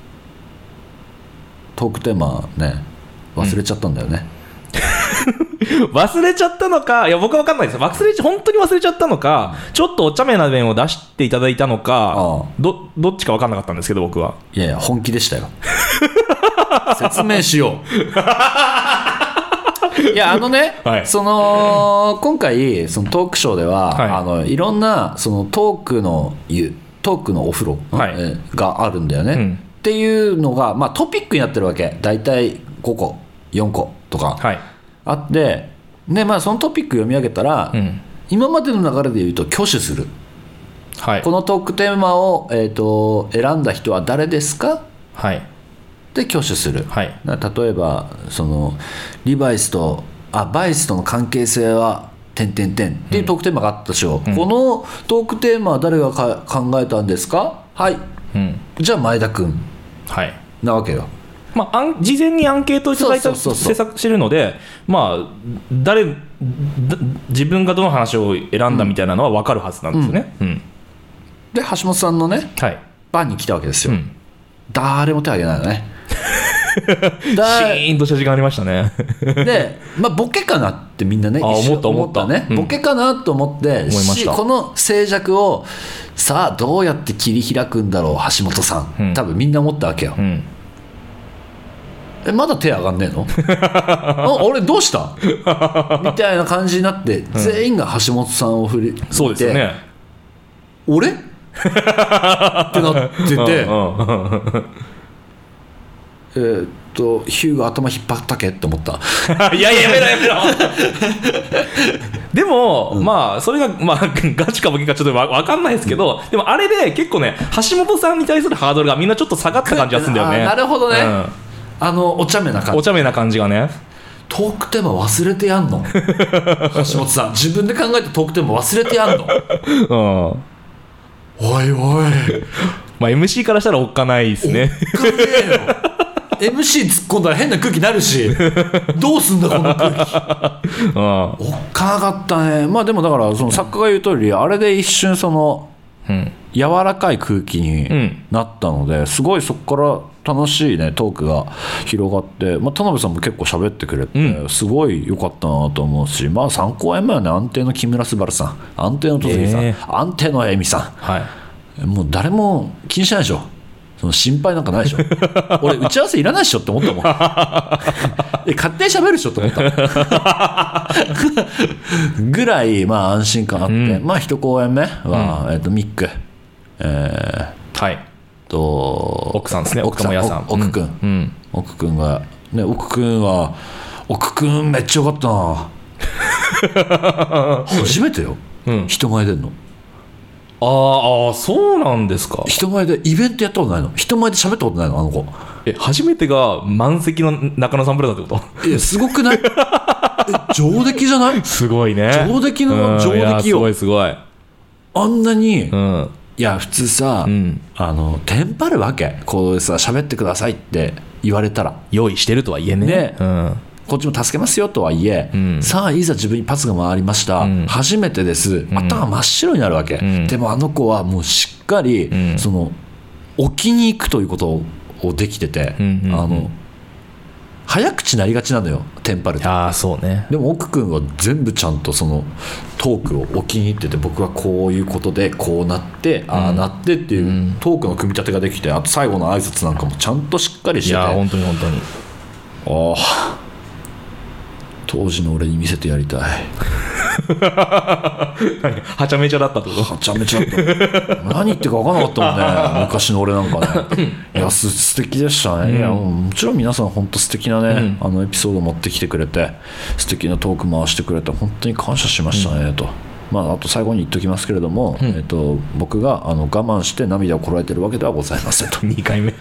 トークテーマね忘れちゃったんだよね、 うん、忘れちゃったのかいや僕は分かんないです忘れ本当に忘れちゃったのかちょっとお茶目な面を出していただいたのかああ ど, どっちか分かんなかったんですけど僕はいやいや本気でしたよ説明しよういやあのね、はい、その今回そのトークショーでは、はい、あのいろんなそのトークの湯トークのお風呂、はい、があるんだよね、うん、っていうのが、まあ、トピックになってるわけだいたいごこよんことかあって、はい、で、まあ、そのトピック読み上げたら、うん、今までの流れで言うと挙手する、はい、このトークテーマを、えーと、選んだ人は誰ですか、はいで挙手する、はい、例えばそのリバイスとあバイスとの関係性は点点点っていうトークテーマがあったでしょ、うん、このトークテーマは誰がか考えたんですかはい、うん、じゃあ前田君、はい、なわけよ、 まあ、事前にアンケートをいただいた制作してるので、まあ、誰自分がどの話を選んだみたいなのは分かるはずなんですよね、うんうん、 で橋本さんのね、はい、番に来たわけですよ、うん、誰も手を挙げないのねシーンとした時間ありましたねで、まあ、ボケかなってみんなね一緒思ったね、 うん、ボケかなと思って思いましたこの静寂をさあどうやって切り開くんだろう橋本さん、うん、多分みんな思ったわけよ、うん、えまだ手上がんねえのあ俺どうしたみたいな感じになって、うん、全員が橋本さんを振り見てそうですよね俺ってなっててえー、っとヒューが頭引っ張ったけって思ったいやいややめろやめろでも、うん、まあそれが、まあ、ガチかボケかちょっと分かんないですけど、うん、でもあれで結構ね橋本さんに対するハードルがみんなちょっと下がった感じがするんだよねなるほどね、 あのお茶目な感じ、 お茶目な感じがね。 トークテーマ忘れてやんの橋本さん、自分で考えたトークテーマ忘れてやんのうん、おいおいまあ エムシー からしたらおっかないですね。 おっかねえよエムシー 突っ込んだら変な空気になるしどうすんだこの空気おっかなかったね。まあでもだからその作家が言う通りあれで一瞬その、うん、柔らかい空気になったので、すごいそこから楽しいねトークが広がって、まあ、田辺さんも結構喋ってくれて、うん、すごい良かったなと思うし、まあさん公演目はね、安定の木村昴さん、安定の戸次さん、えー、安定の恵美さん、はい、もう誰も気にしないでしょ、その心配なんかないでしょ俺打ち合わせいらないでしょって思ったもんえ勝手に喋るでしょって思ったぐらい、まあ安心感あって、うん、まあ一公演目は、うん、えー、とミック、えー、 はいと奥さんですね、奥友さん、 奥くん、うん、奥くんがね、奥くんは奥くんめっちゃよかったな初めてよ、うん、人前出んの。 ああ、そうなんですか。 人前でイベントやったことないの、人前で喋ったことないの、あの子。 え、初めてが満席の中野サンプラザってこと？ いや、すごくない？え、上出来じゃない？ すごいね。 上出来の上出来よ、うん、すごいすごい。 あんなに、うん、いや普通さ、うん、あのテンパるわけ、こうさ喋ってくださいって言われたら用意してるとはいえね、ね、うん、 こっちも助けますよとはいえ、うん、さあいざ自分にパスが回りました、うん、初めてです、頭真っ白になるわけ、うん、でもあの子はもうしっかり、うん、その置きに行くということをできてて、うんうんうん、あの早口なりがちなのよ、テンパると。 あ、そうね。 でも奥くんは全部ちゃんとそのトークを置きに入ってて、僕はこういうことでこうなって、うん、ああなってっていうトークの組み立てができて、あと最後の挨拶なんかもちゃんとしっかりしてて、 いや本当に本当に、 ああ当時の俺に見せてやりたいはちゃめちゃだったってこと？ はちゃめちゃだった何言ってるか分からなかったもんね昔の俺なんかねいやす素敵でしたね、うん、いやもちろん皆さん本当素敵なね、うん、あのエピソード持ってきてくれて素敵なトーク回してくれて本当に感謝しましたね、うん、と、まあ、あと最後に言っておきますけれども、うん、えー、と僕があの我慢して涙をこらえてるわけではございませんとにかいめ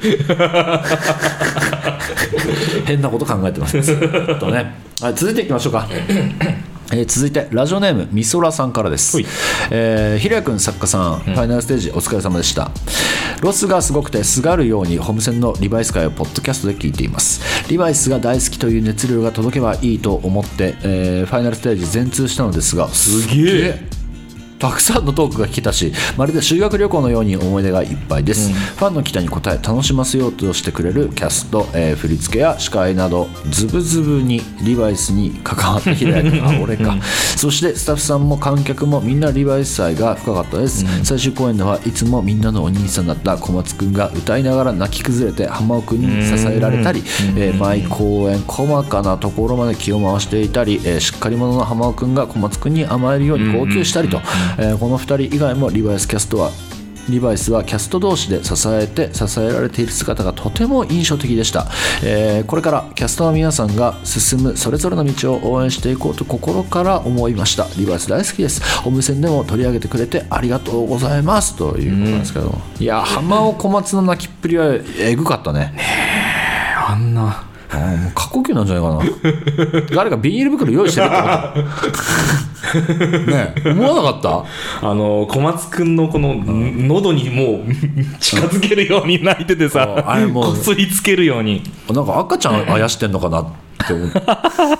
変なこと考えてますと、ね、はい、続いていきましょうかえー、続いてラジオネームみそらさんからです。えー、ひろやくん作家さん、うん、ファイナルステージお疲れ様でした。ロスがすごくてすがるようにホームセンのリバイス会をポッドキャストで聞いています。リバイスが大好きという熱量が届けばいいと思って、えー、ファイナルステージ全通したのですが、 すげえたくさんのトークが聞けたし、まるで修学旅行のように思い出がいっぱいです、うん、ファンの期待に応え楽しませようとしてくれるキャスト、えー、振り付けや司会などズブズブにリバイスに関わったひろやくん、あ俺かそしてスタッフさんも観客もみんなリバイス愛が深かったです、うん、最終公演ではいつもみんなのお兄さんだった小松くんが歌いながら泣き崩れて浜尾くんに支えられたり、えー、毎公演細かなところまで気を回していたり、えー、しっかり者の浜尾くんが小松くんに甘えるように号泣したりと、えー、このふたり以外もリバイスキャストはリバイスはキャスト同士で支えて支えられている姿がとても印象的でした、えー、これからキャストの皆さんが進むそれぞれの道を応援していこうと心から思いました。リバイス大好きです。ホームセンでも取り上げてくれてありがとうございますということなんですけど、いや浜尾小松の泣きっぷりはえぐかったね。 ねえ、あんなあもう過呼吸なんじゃないかな誰かビニール袋用意してるってことねえ思わなかったあの小松くんのこの喉にもう近づけるように泣いててさ、あれもうこすりつけるようになんか赤ちゃんあやしてんのかなって思って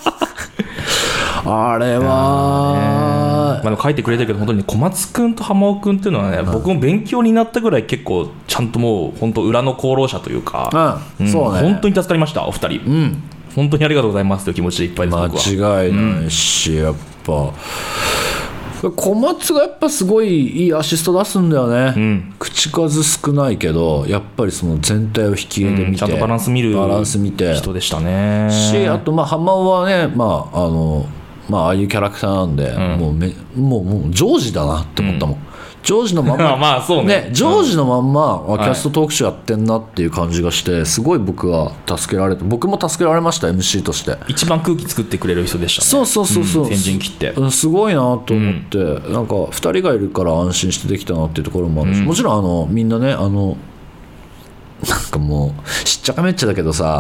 あれは、 まあ、書いてくれてるけど本当に小松くんと浜尾くんっていうのはね、うん、僕も勉強になったぐらい結構ちゃんともう本当裏の功労者というか、うんうん、そうね、本当に助かりましたお二人、うん、本当にありがとうございますという気持ちでいっぱいです。 間違いないし、うん、やっぱ小松がやっぱすごいいいアシスト出すんだよね、うん、口数少ないけどやっぱりその全体を引き絵で見て、うん、 ちゃんとバランス見るバランス見て人でしたねし、あとまあ浜尾はね、まああのまあ、ああいうキャラクターなんで、うん、もうめもうもうジョージだなって思ったもん、うん、ジョージのまんままあそう ね, ねジョージのまんま、うん、キャストトークショーやってんなっていう感じがしてすごい僕は助けられて僕も助けられました エムシー として一番空気作ってくれる人でしたね。 そうそうそうそう、 うん、先陣切ってすごいなと思って、うん、なんかふたりがいるから安心してできたなっていうところもあるし、うん、もちろんあのみんなねあのなんかもうしっちゃかめっちゃだけどさ、うん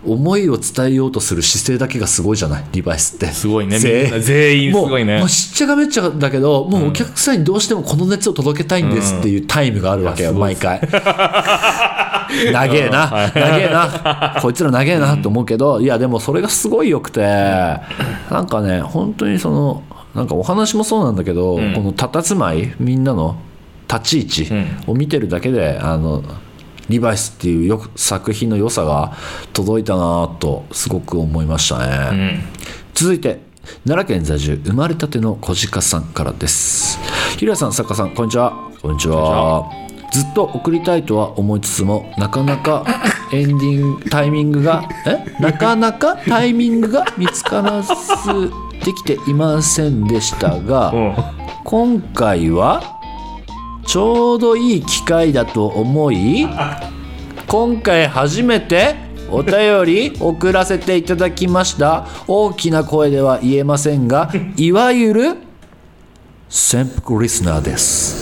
思いを伝えようとする姿勢だけがすごいじゃない、リバイスって。 すごいね、全員すごいね。 もうしっちゃがめっちゃだけど、もうお客さんにどうしてもこの熱を届けたいんですっていうタイムがあるわけよ、うん、毎回長えな長えなこいつら長えなと思うけど、いやでもそれがすごいよくて、なんかね本当にそのなんかお話もそうなんだけど、うん、この佇まい、みんなの立ち位置を見てるだけで、あのリバイスっていうよ作品の良さが届いたなとすごく思いましたね、うん、続いて奈良県在住生まれたての小鹿さんからです。平谷さん、作家さん、こんにちは。こんにちは。ずっと送りたいとは思いつつもなかなかエンディングタイミングがえなかなかタイミングが見つからずできていませんでしたが、うん、今回はちょうどいい機会だと思い、今回初めてお便り送らせていただきました。大きな声では言えませんが、いわゆる潜伏リスナーです。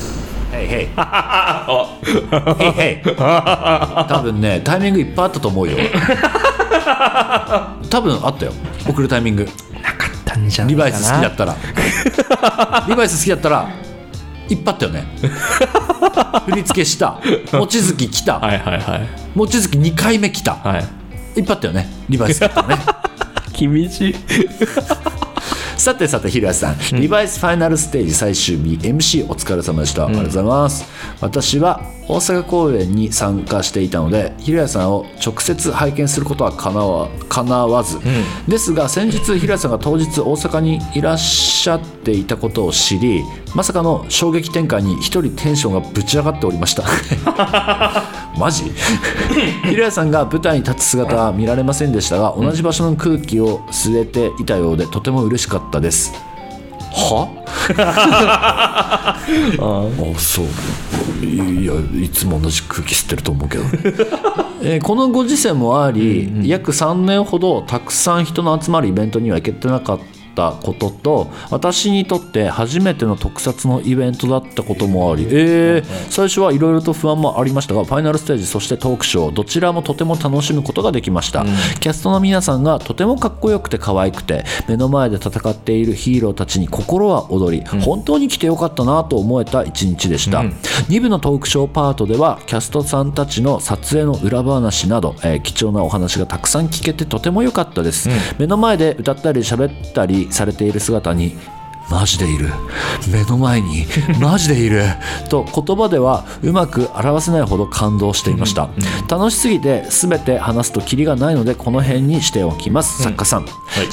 ヘイヘイヘイヘイ多分ねタイミングいっぱいあったと思うよ多分あったよ、送るタイミングなかったんじゃないかな。 リバイス好きだったらリバイス好きだったらいっぱいあったよね振り付けした、望月来た、はいはいはい、望月にかいめ来た、はい、いっぱいあったよね、リバイスだったね厳しいさてさて、平谷さん、うん、リバイスファイナルステージ最終日 エムシー お疲れ様でした、うん、ありがとうございます。私は大阪公演に参加していたので平谷さんを直接拝見することはかなわ、かなわず、うん、ですが先日平谷さんが当日大阪にいらっしゃっていたことを知り、まさかの衝撃展開に一人テンションがぶち上がっておりましたマジ平谷さんが舞台に立つ姿は見られませんでしたが、同じ場所の空気を吸えていたようでとても嬉しかったです。はああ、そういや、いつも同じ空気吸ってると思うけど、えー、このご時世もあり、うんうん、約さんねんほどたくさん人の集まるイベントには行けてなかったことと、私にとって初めての特撮のイベントだったこともあり、えー、最初はいろいろと不安もありましたが、ファイナルステージそしてトークショーどちらもとても楽しむことができました、うん、キャストの皆さんがとてもかっこよくて可愛くて、目の前で戦っているヒーローたちに心は躍り、うん、本当に来てよかったなと思えた一日でした、うん、に部のトークショーパートではキャストさんたちの撮影の裏話など、えー、貴重なお話がたくさん聞けてとても良かったです、うん、目の前で歌ったり喋ったりされている姿にマジでいる、目の前にマジでいると言葉ではうまく表せないほど感動していました、うんうん、楽しすぎて全て話すとキリがないのでこの辺にしておきます、うん、作家さん、はい、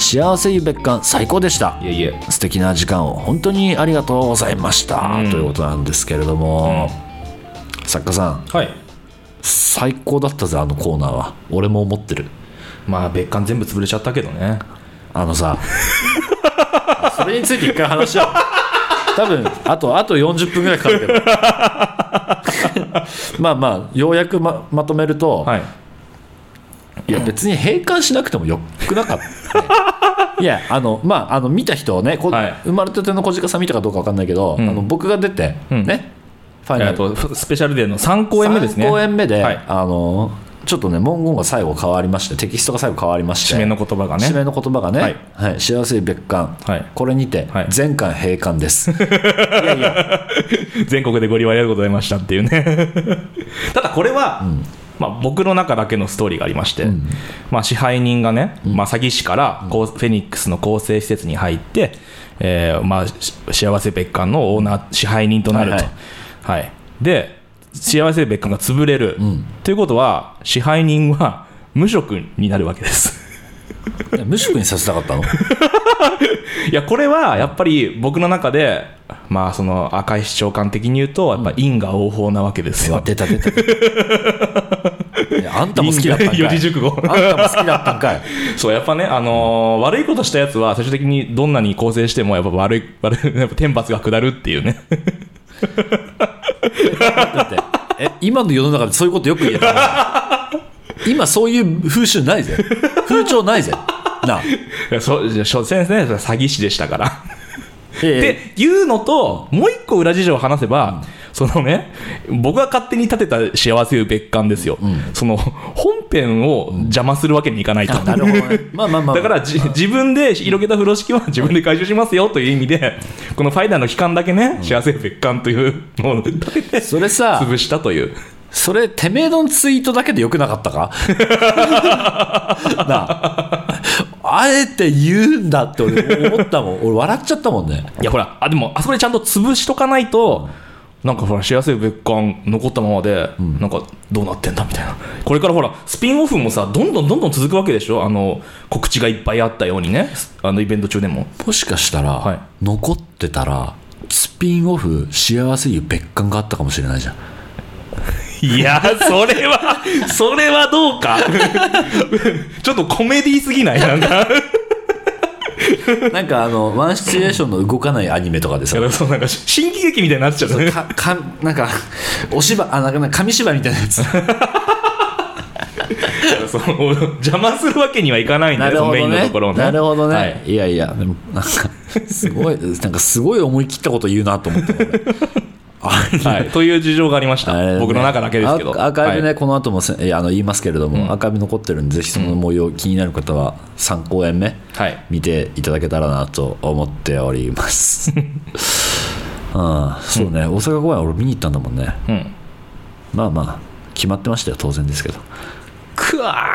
幸せゆ別館最高でした。いえいえ、素敵な時間を本当にありがとうございました、うん、ということなんですけれども、うん、作家さん、はい、最高だったぜあのコーナーは。俺も思ってる。 まあ別館全部潰れちゃったけどね。 あのさそれについて一回話し合う多分あとあとよんじゅっぷんぐらいかかるけどまあまあようやく ま, まとめると、はい、いや別に閉館しなくてもよくなかった、ね、いやあのまああの見た人ね、はい、生まれたての小鹿さん見たかどうか分かんないけど、うん、あの僕が出て、うん、ねファイナルスペシャルデーのさん公演目ですね。 さん公演目で、はい、あのちょっとね文言が最後変わりまして、テキストが最後変わりまして、 締めの言葉がね締めの言葉がね、はいはい、幸せ別館、はい、これにて全館閉館です、はい、いやいや全国でご利用ありがとうございましたっていうねただこれは、うんまあ、僕の中だけのストーリーがありまして、うんまあ、支配人がね、うんまあ、詐欺師から、うん、フェニックスの更生施設に入って、えーまあ、幸せ別館のオーナー支配人となると、はいはいはい、で幸せ別館が潰れる、うん、ということは支配人は無職になるわけです無職にさせたかったのいやこれはやっぱり僕の中で、まあ、その赤石長官的に言うとやっぱ因果応報なわけですよ、うん、 出た出たいやあんたも好きだったんかい四字熟語あんたも好きだったんかいそうやっぱね、あのー、悪いことしたやつは最終的にどんなに更生してもやっぱ悪い悪いやっぱ天罰が下るっていうねだってえ今の世の中でそういうことよく言えた今そういう風習ないぜ風潮ないぜなあ。いやそう先生ね詐欺師でしたからっていうのともう一個裏事情を話せば、うん、 そのね、僕が勝手に立てた幸せいう別館ですよ、うん、その本編を邪魔するわけにいかないと、うん、なるほどねまあまあまあ、だからじ自分で広げた風呂敷は自分で回収しますよという意味で、このファイダーの期間だけね、うん、幸せ別館というのを立ててそれさ潰したという。 それてめえのツイートだけでよくなかったかなあ、あえて言うんだって俺思ったもん俺笑っちゃったもんね。 いやほら、あでもあそこでちゃんと潰しとかないと、なんかほら幸せ別館残ったままで、うん、なんかどうなってんだみたいな。これからほらスピンオフもさどんどんどんどん続くわけでしょ。あの告知がいっぱいあったようにね、あのイベント中でも。 もしかしたら、はい、残ってたらスピンオフ幸せいう別館があったかもしれないじゃん。 いやそれはそれはどうかちょっとコメディーすぎないなんかなんかあのワンシチュエーションの動かないアニメとかでさ、 そうなんか新喜劇みたいになっちゃうね。かかなんかお芝あなんか紙芝居みたいなやつその邪魔するわけにはいかないんだよ、ね、メインのところをね。 なるほどね、はい、いやいやでもなんかすごいなんかすごい思い切ったこと言うなと思ってはい、という事情がありました、ね、僕の中だけですけど。 アーカイブね、はい、この後もせあの言いますけれども、うん、アーカイブ残ってるんでぜひその模様、うん、気になる方はさん公演目、はい、見ていただけたらなと思っておりますああそうね、うん、大阪公演俺見に行ったんだもんね、うん、まあまあ決まってましたよ当然ですけど。 くわ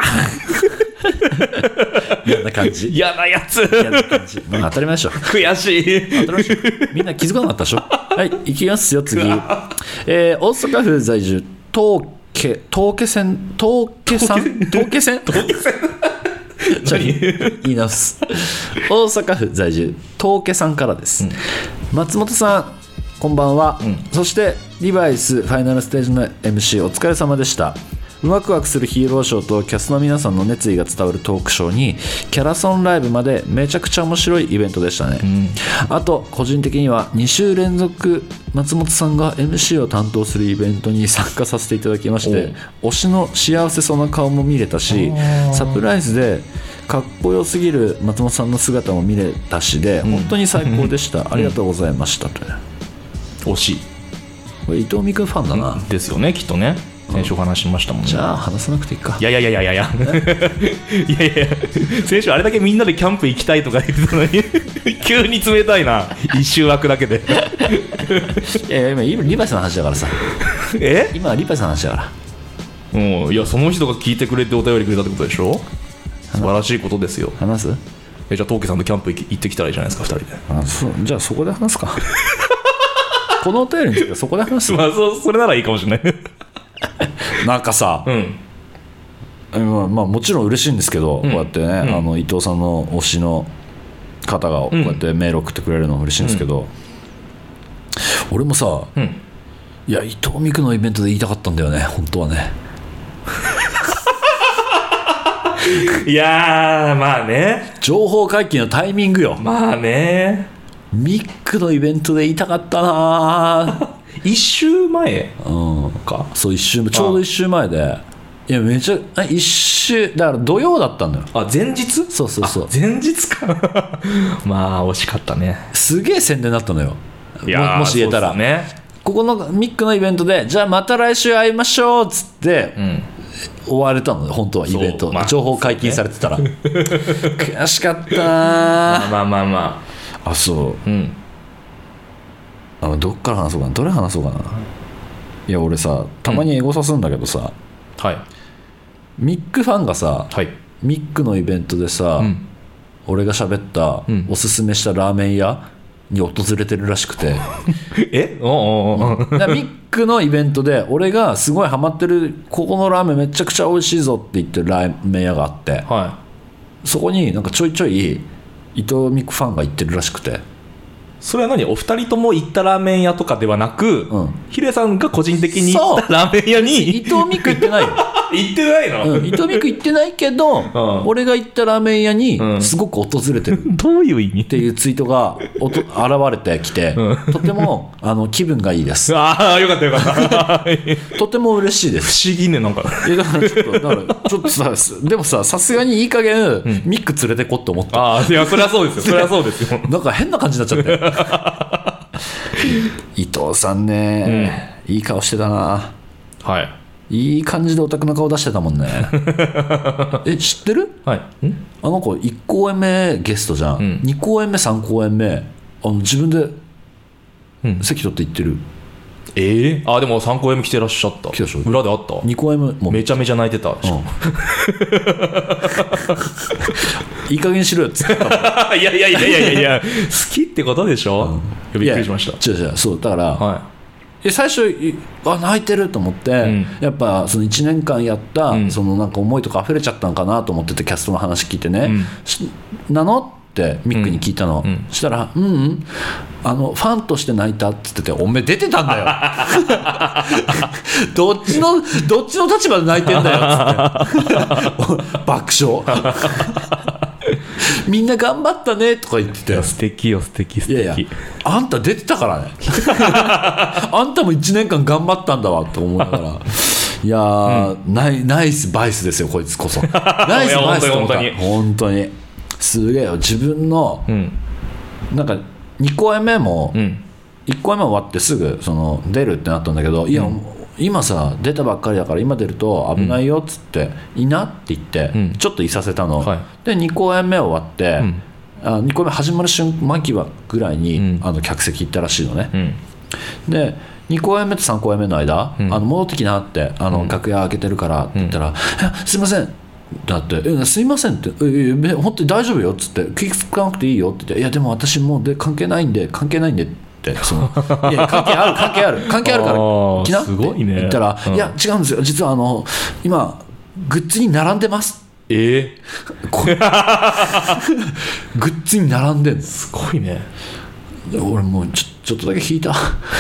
嫌な感じ嫌なやつ嫌な感じ、まあ、当たり前でしょ。 悔しい当たり前でしょ。みんな気づかなかったでしょはい行きますよ次、えー、大阪府在住東家東家線東家さん東家線東家線ちょ言い直す。大阪府在住東家さんからです、うん、松本さんこんばんは、うん、そしてリバイスファイナルステージの エムシー お疲れ様でした。ワクワクするヒーローショーとキャストの皆さんの熱意が伝わるトークショーにキャラソンライブまでめちゃくちゃ面白いイベントでしたね、うん、あと個人的にはに週連続松本さんが エムシー を担当するイベントに参加させていただきまして、推しの幸せそうな顔も見れたしサプライズでかっこよすぎる松本さんの姿も見れたしで、うん、本当に最高でした、うん、ありがとうございましたと。 推しこれ伊藤美久ファンだな、 うん、ですよねきっとね。先週話しましたもんね。 じゃあ話さなくていいか。 いやいやいやいやいやいやいやいや先週あれだけみんなでキャンプ行きたいとか言ってたのに急に冷たいな一周枠だけでいやいや今リバイスの話だからさえ今はリバイスの話だからもういやその人が聞いてくれてお便りくれたってことでしょ。素晴らしいことですよ。 話すえじゃあ東家さんとキャンプ行ってきたらいいじゃないですかふたりで。 あそうじゃあそこで話すかこのお便りについてはそこで話すまあ そ, それならいいかもしれないなんかさ、うんまあ、まあもちろん嬉しいんですけど、うん、こうやってね、うん、あの伊藤さんの推しの方がこうやってメール送ってくれるの嬉しいんですけど、うん、俺もさ、うん、いや伊藤美久のイベントで言いたかったんだよね本当はねいやーまあね情報解禁のタイミングよ。 まあねミックのイベントで言いたかったな一週前うんかそう一週ちょうど一週前でいやめちゃ一週だから土曜だったんだよ。 あ前日そうそうそう前日かまあ惜しかったね。 すげえ宣伝だったのよ。 いやも, もし言えたら、 ね、 ここのミックのイベントでじゃあまた来週会いましょうっつって、うん、終われたの本当はイベント、まあ、情報解禁されてたら、ね、悔しかったまあまあまあまああそう、うん、あどっから話そうかなどれ話そうかないや俺さたまにエゴサするんだけどさ、 うん、はいミックファンがさ、はい、ミックのイベントでさ、うん、俺が喋った、うん、おすすめしたラーメン屋に訪れてるらしくてえおおおおミックのイベントで俺がすごいハマってるここのラーメンめちゃくちゃ美味しいぞって言ってるラーメン屋があって、はい、そこになんかちょいちょい伊藤美久ファンが行ってるらしくて。 それは何お二人とも行ったラーメン屋とかではなく、うん、ヒデさんが個人的に行ったラーメン屋に伊藤美久行ってないよ行ってないの、 うん、伊藤美久行ってないけど、うん、俺が行ったラーメン屋にすごく訪れてる、 うん、どういう意味っていうツイートがおと現れてきて、うん、とてもあの気分がいいです。 ああよかったよかったとても嬉しいです。 不思議ねなんかいやだからちょっとだからちょっとさでもささすがにいい加減、うん、ミック連れてこって思った。 ああいやそりゃそうですよそりゃそうですよなんか変な感じになっちゃって伊藤さんね、 いい顔してたな。 はい、 いい感じでオタクの顔出してたもんね。え、知ってる？ はい、んあの子いっ公演目ゲストじゃん、うん、に公演目さん公演目あの自分で席取って行ってる、うん、 ええー、あでもさん公演目来てらっしゃった。 来たでしょ。 裏であった。 に公演目もめちゃめちゃ泣いてたでしょ、うん、 いい加減しろよっつっていやいやいやいやいや好きってことでしょ、うん、びっくりしました。 違う違う、そうだから、 はい、 最初あ泣いてると思って、うん、やっぱそのいちねんかんやった、うん、そのなんか思いとか溢れちゃったのかなと思ってて、キャストの話聞いてね、うん、なのってミックに聞いたの、うん、そしたらうんうんあのファンとして泣いたって言ってて、おめえ出てたんだよどっちのどっちの立場で泣いてんだよっつって爆笑みんな頑張ったねとか言ってて、 素敵よ素敵素敵。 いやいやあんた出てたからねあんたもいちねんかん頑張ったんだわと思いながらいやー、うん、ナイ、ナイスバイスですよこいつこそナイスバイスと思った本当にすげえよ。自分の、うん、なんかに公演目も、うん、いっ公演目終わってすぐその出るってなったんだけど、いや、うん、今さ出たばっかりだから今出ると危ないよっつって、うん、いいなって言って、うん、ちょっといさせたの、はい、でに公演目終わって、うん、あに公演目始まる瞬間際ぐらいに、うん、あの客席行ったらしいのね、うん、でに公演目とさん公演目の間、うん、あの戻ってきなってあの、うん、楽屋開けてるからって言ったら、うん、いやすいませんだってえすいませんってええ本当に大丈夫よっつって気付かなくていいよって言って、いやでも私もうで関係ないんで関係ないんでってそのいや関係ある関係ある関係あるから来なって言ったら、ねうん、いや違うんですよ実はあの今グッズに並んでますえー、グッズに並んでんのすごいね。 俺もうちょちょっとだけ引いた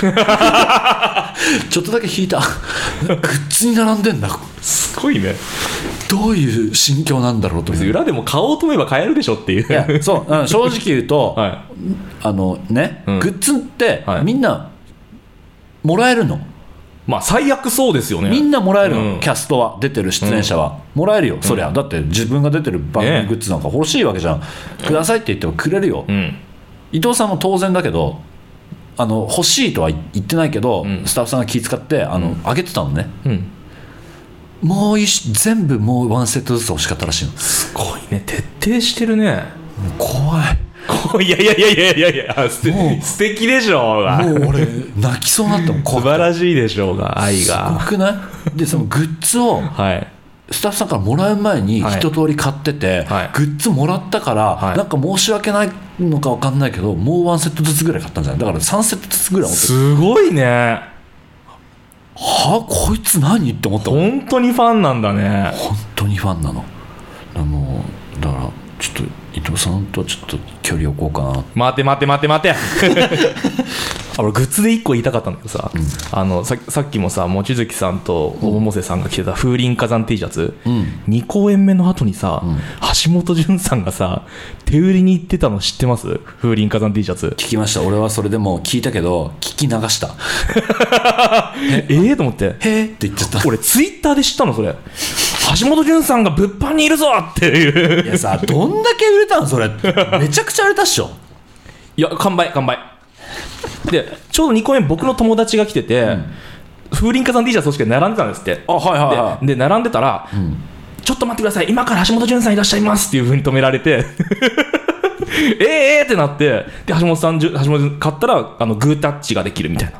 ちょっとだけ引いたグッズに並んでんだすごいね。 どういう心境なんだろうと。 裏でも買おうと思えば買えるでしょっていう。 いやそう、うん、正直言うと、はい、あのね、うん、グッズってみんなもらえるの、はい、 まあ最悪そうですよね。 みんなもらえるの、うん、キャストは出てる出演者は、うん、もらえるよ、そりゃ、うん、だって自分が出てる番組グッズなんか欲しいわけじゃん、ね、くださいって言ってもくれるよ、うん、伊藤さんも当然だけどあの欲しいとは言ってないけど、うん、スタッフさんが気遣ってあの、うん、あげてたのね、うん、もう一全部もうワンセットずつ欲しかったらしいの。 すごいね徹底してるね。 怖いいやいやいやいやいやいや素敵でしょうが。 もう俺泣きそうになったもん。 素晴らしいでしょうが愛がすごくないでそのグッズを、はいスタッフさんからもらう前に一通り買ってて、はい、グッズもらったから、はい、なんか申し訳ないのか分かんないけどもうワンセットずつぐらい買ったんじゃない。だからさんセットずつぐらい持ってる。 すごいね。はあこいつ何って思ったもん。 本当にファンなんだね。 本当にファンなの。だからもうだからちょっと伊藤さんとちょっと距離を置こうかな。 待て待て待て待てあ俺グッズでいっこ言いたかったんだけどさ、うん、あの さ, さっきもさ望月さんと百瀬さんが着てた風林火山 T シャツ、うん、に公演目の後にさ、うん、橋本潤さんがさ手売りに行ってたの知ってます？風林火山 T シャツ聞きました。俺はそれでも聞いたけど聞き流したええー、と思ってへえって言っちゃった。 俺ツイッターで知ったのそれ橋本潤さんが物販にいるぞっていういやさどんだけ売れたのそれめちゃくちゃ売れたっしょ。 いや完売完売でちょうどに公演僕の友達が来てて、うん、風林火山 T シャツとして並んでたんですって。 あ、はいはいはい、 で, で並んでたら、うん、ちょっと待ってください今から橋本潤さんいらっしゃいますっていう風に止められてえーえーってなってで橋本さん橋本さん買ったらあのグータッチができるみたいな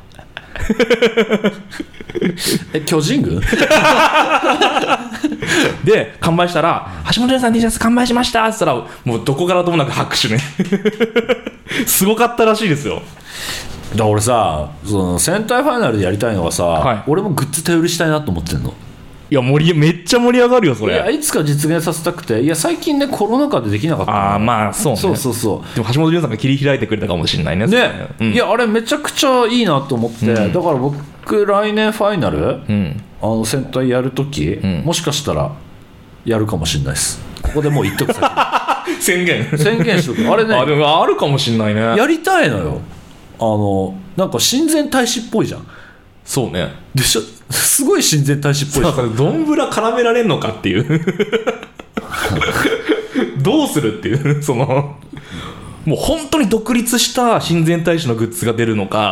え巨人軍で完売したら橋本さん T シャツ完売しましたって言ったらもうどこからともなく拍手ねすごかったらしいですよ。 だから俺さその戦隊ファイナルでやりたいのはさ、はい、俺もグッズ手売りしたいなと思ってんの。 いや盛りめっちゃ盛り上がるよそれ。 いやいつか実現させたくて。いや最近ねコロナ禍でできなかったの。 ああまあそうね。 そうそうそう。 でも橋本潤さんが切り開いてくれたかもしれないね。 ね、うん、いやあれめちゃくちゃいいなと思って、うん、だから僕来年ファイナル、うん、あの戦隊やるとき、うん、もしかしたらやるかもしれないです。ここでもう言っとく先宣言宣言しとく。あれねあでもあるかもしれないね。 やりたいのよ。あのなんか親善大使っぽいじゃん。 そうねでしょすごい親善大使っぽい。 だからどんぶら絡められるのかっていうどうするっていうそのもう本当に独立した親善大使のグッズが出るのか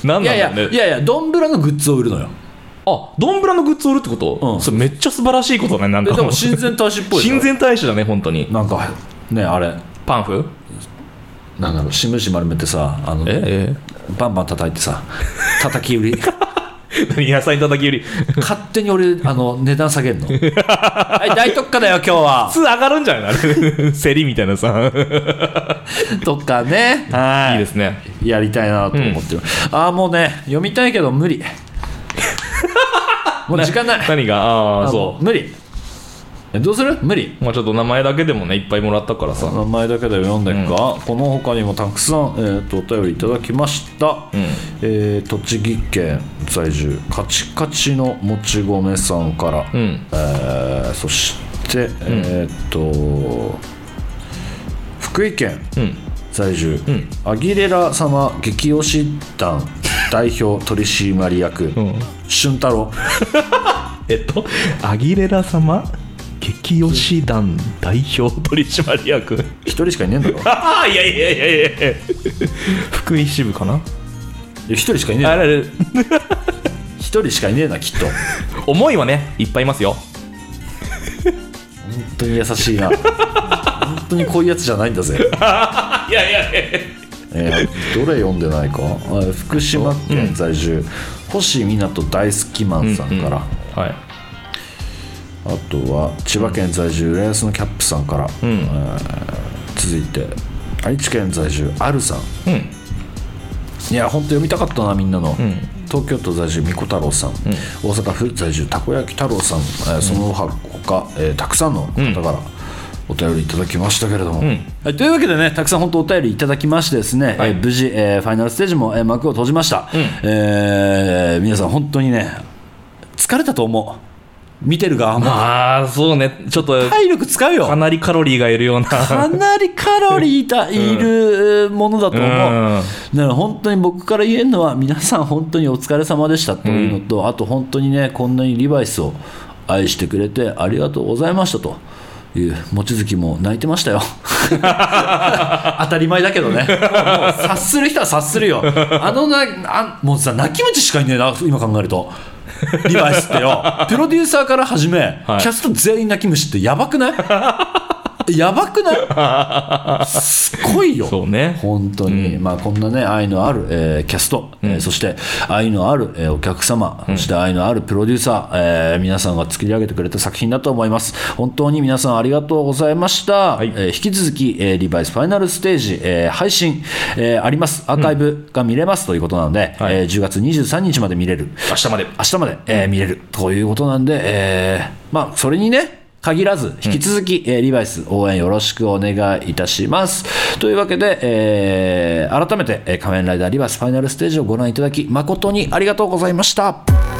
なんなんだろうね。 いやいやいやいやドンブラのグッズを売るのよ。 あ、ドンブラのグッズを売るってこと、うん、それめっちゃ素晴らしいことね。なんかでも親善大使っぽい。 親善大使だね本当に。なんかねあれパンフなんだろう、新聞紙丸めてさ、あの、ええ、バンバン叩いてさ、叩き売り何野菜叩き売り勝手に俺あの値段下げんのはい大特価だよ今日は。 普通上がるんじゃないの競りみたいなさとかね、はい、 いいですね、 やりたいなと思ってる、うん、ああもうね読みたいけど無理もう時間ない何がああそう無理。どうする無理。 まあちょっと名前だけでもねいっぱいもらったからさ、 名前だけで読んでいくか、うん、この他にもたくさん、えー、とお便りいただきました、うんえー、栃木県在住カチカチのもち米さんから、うんえー、そして、うん、えっ、ー、と福井県在住、うん、アギレラ様激推し団代表取締役、うん、俊太郎えっとアギレラ様激推し団代表取締役一人しかいねえんだろいやいやいやいや福井支部かな。 一人しかいねえんだろ一人しかいねえなきっと思いはねいっぱいいますよ本当に優しいな本当にこういうやつじゃないんだぜいやいやいや、 えー、どれ読んでないか。福島県在住、うん、星湊大好きマンさんから、うんうん、はいあとは千葉県在住浦安のキャップさんから、うんえー、続いて愛知県在住あるさん、うん、いや本当読みたかったなみんなの、うん、東京都在住みこ太郎さん、うん、大阪府在住たこ焼き太郎さん、えー、その他、えー、たくさんの方からお便りいただきましたけれども、うんはい、というわけでねたくさん本当お便りいただきましてですね、はいえー、無事、えー、ファイナルステージも、えー、幕を閉じました、うんえー、皆さん本当にね疲れたと思う。見てる側もああそうねちょっと体力使うよ。 かなりカロリーがいるようなかなりカロリーだいるものだと思う、うん、だから本当に僕から言えるのは皆さん本当にお疲れ様でしたというのと、うん、あと本当にねこんなにリバイスを愛してくれてありがとうございましたという望月も泣いてましたよ当たり前だけどねもう、もう察する人は察するよ。あのなあもうさ泣き虫しかいねえな今考えるとリバイスってよプロデューサーから始め、はい、キャスト全員泣き虫ってやばくないやばくないすごいよそうね本当に、うんまあ、こんなね愛のある、えー、キャスト、うんえー、そして愛のある、えー、お客様、うん、そして愛のあるプロデューサー、えー、皆さんが作り上げてくれた作品だと思います。本当に皆さんありがとうございました、はいえー、引き続き、えー、リバイスファイナルステージ、えー、配信、えー、ありますアーカイブが見れますということなので、うんはいえー、じゅうがつにじゅうさんにちまで見れる明日まで明日まで、えー、見れるということなんで、えー、まあそれにね限らず引き続き、うんえー、リバイス応援よろしくお願いいたしますというわけで、えー、改めて、えー、仮面ライダーリバイスファイナルステージをご覧いただき誠にありがとうございました。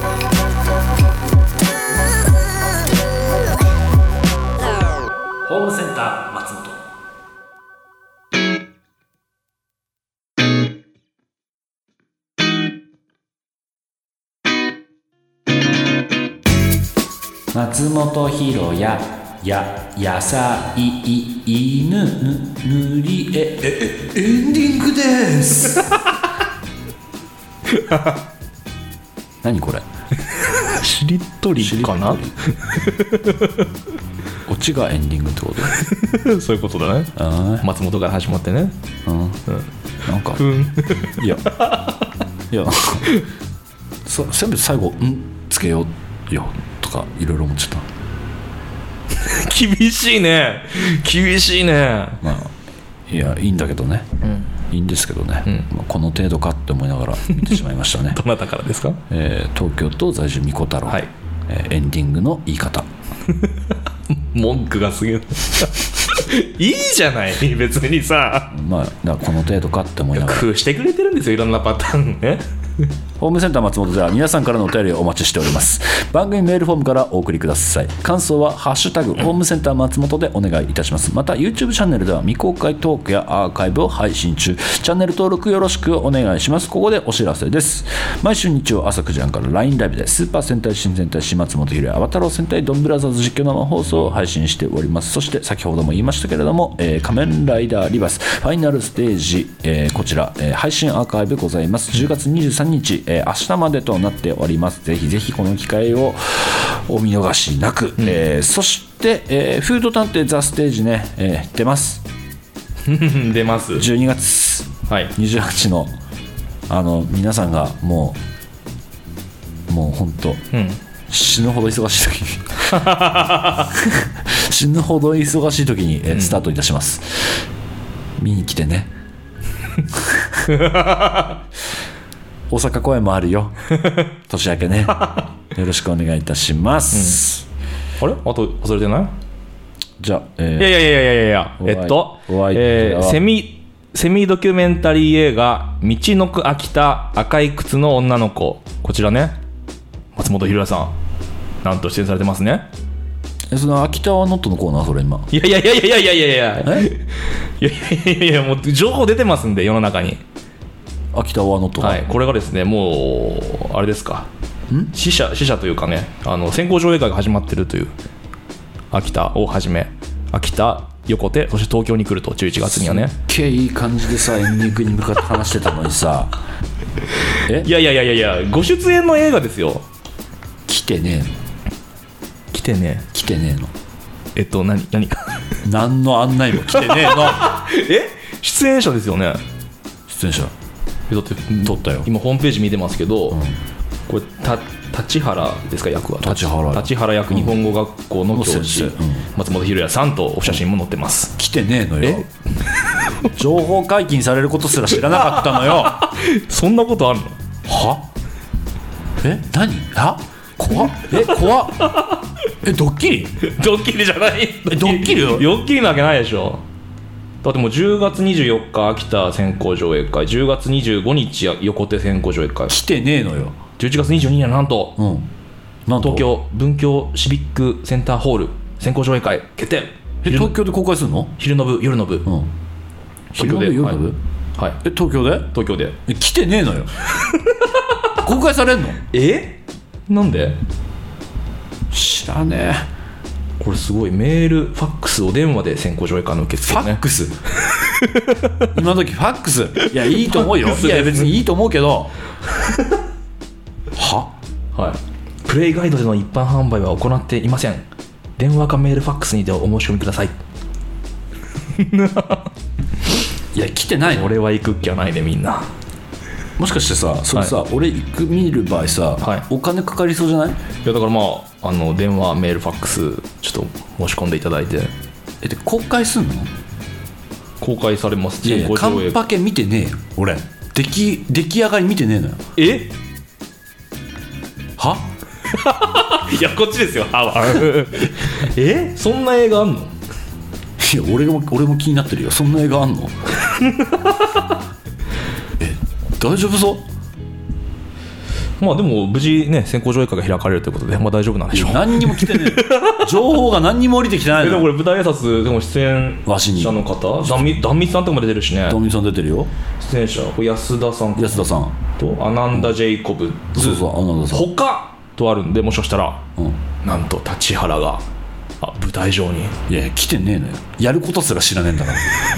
ホームセンター松本松本ひろやや野菜犬ぬ塗りええエンディングです何これしりとりかなオチがエンディングってことそういうことだね。あ松本から始まってね、うんうん、 なんかいやいやそせめて最後んつけようよとかいろいろ思っちゃった厳しいね厳しいね。 まあいやいいんだけどね、うん、いいんですけどね、うんまあ、この程度かって思いながら見てしまいましたねどなたからですか？ えー、東京都在住みこ太郎、はいえー、エンディングの言い方文句がすぎるいいじゃない別にさ、 まあ、だからこの程度かって思いながら工夫してくれてるんですよいろんなパターンねホームセンター松本では皆さんからのお便りをお待ちしております。番組メールフォームからお送りください。感想はハッシュタグホームセンター松本でお願いいたします。また YouTube チャンネルでは未公開トークやアーカイブを配信中。チャンネル登録よろしくお願いします。ここでお知らせです。毎週日曜朝くじはんから ライン ライブでスーパー戦隊新戦隊新松本ひろやアバタロー戦隊ドンブラザーズ実況生放送を配信しております。そして先ほども言いましたけれども、えー、仮面ライダーリバースファイナルステージ、えー、こちら、えー、配信アーカイブございます。じゅうがつにじゅうさんにち、えー、明日までとなっております。ぜひぜひこの機会をお見逃しなく、うんえー、そして、えー、フード探偵ザステージね、えー、出ます出ますじゅうにがつにじゅうはちの、はい、あの皆さんがもうもう本当、うん、死ぬほど忙しい時に死ぬほど忙しい時に、えー、スタートいたします、うん、見に来てね大阪公演もあるよ年明けねよろしくお願いいたします、 うん、あれあと忘れてない？ じゃあ、えー、 いやいやいやいやいやいやえっと、えー、セミセミドキュメンタリー映画道のく秋田赤い靴の女の子、こちらね松本ひろやさんなんと出演されてますね。 えその秋田はノットのコーナーそれ今いやいやいやいやいやいやいやいやいやいやいやもう情報出てますんで世の中に秋田はノット、 はい、これがですねもうあれですか死者死者というかねあの先行上映会が始まってるという秋田をはじめ秋田横手そして東京に来るとじゅういちがつにはねすっげえいい感じでさエンディングに向かって話してたのにさえいやいやいやいやいやご出演の映画ですよ。 来てねえの来てね来てねえのえっと何何か何の案内も来てねえのえ出演者ですよね。 出演者だって撮ったよ今ホームページ見てますけど、うん、これた立原ですか役は立原立原役日本語学校の教師、うん、松本ひろやさんとお写真も載ってます。 来てねえのよ情報解禁されることすら知らなかったのよそんなことあるの？ はえ何は怖っえ怖っえドッキリドッキリじゃないえドッキリよドッキリなわけないでしょ。だってもうじゅうがつにじゅうよっか秋田先行上映会じゅうがつにじゅうごにち横手先行上映会来てねえのよ。 じゅういちがつにじゅうににちはなんと、うん、 なんと東京文京シビックセンターホール先行上映会決定。 え東京で公開するの？ 昼の部夜の部、うん、 昼の部夜の部、はい、はい、え東京で東京でえ来てねえのよ公開されんの？ えなんで知らねえ。 これすごいメールファックスお電話で先行上映会の受付、ね、 ファックス今時ファックスいやいいと思うよいや別にいいと思うけどははいプレイガイドでの一般販売は行っていません。電話かメールファックスにてお申し込みくださいいや来てないの？ 俺は行く気はないねみんな。 もしかしてさそれさ、はい、俺行く見る場合さ、はい、お金かかりそうじゃない？いやだからまああの電話メールファックスちょっと申し込んでいただいて。 えで公開すんの？ 公開されます。 いやいやカンパケ見てねえよ俺。出来出来上がり見てねえのよ。 えはいやこっちですよははえそんな映画あんの？いや俺も俺も気になってるよ。そんな映画あんのえ大丈夫そう？ まあでも無事ね先行上映会が開かれるということでまあ大丈夫なんでしょう。 何にも来てねえ情報が何にも降りてきてないの。 でもこれ舞台挨拶でも出演者の方壇蜜さんとかも出てるしね。 壇蜜さん出てるよ。 出演者安田さん安田さんとアナンダ・ジェイコブズ、 そうそうアナンダさん他とあるんでもしかしたら、うん、なんと立原があ舞台上にいや来てねえのよ。やることすら知らねえんだから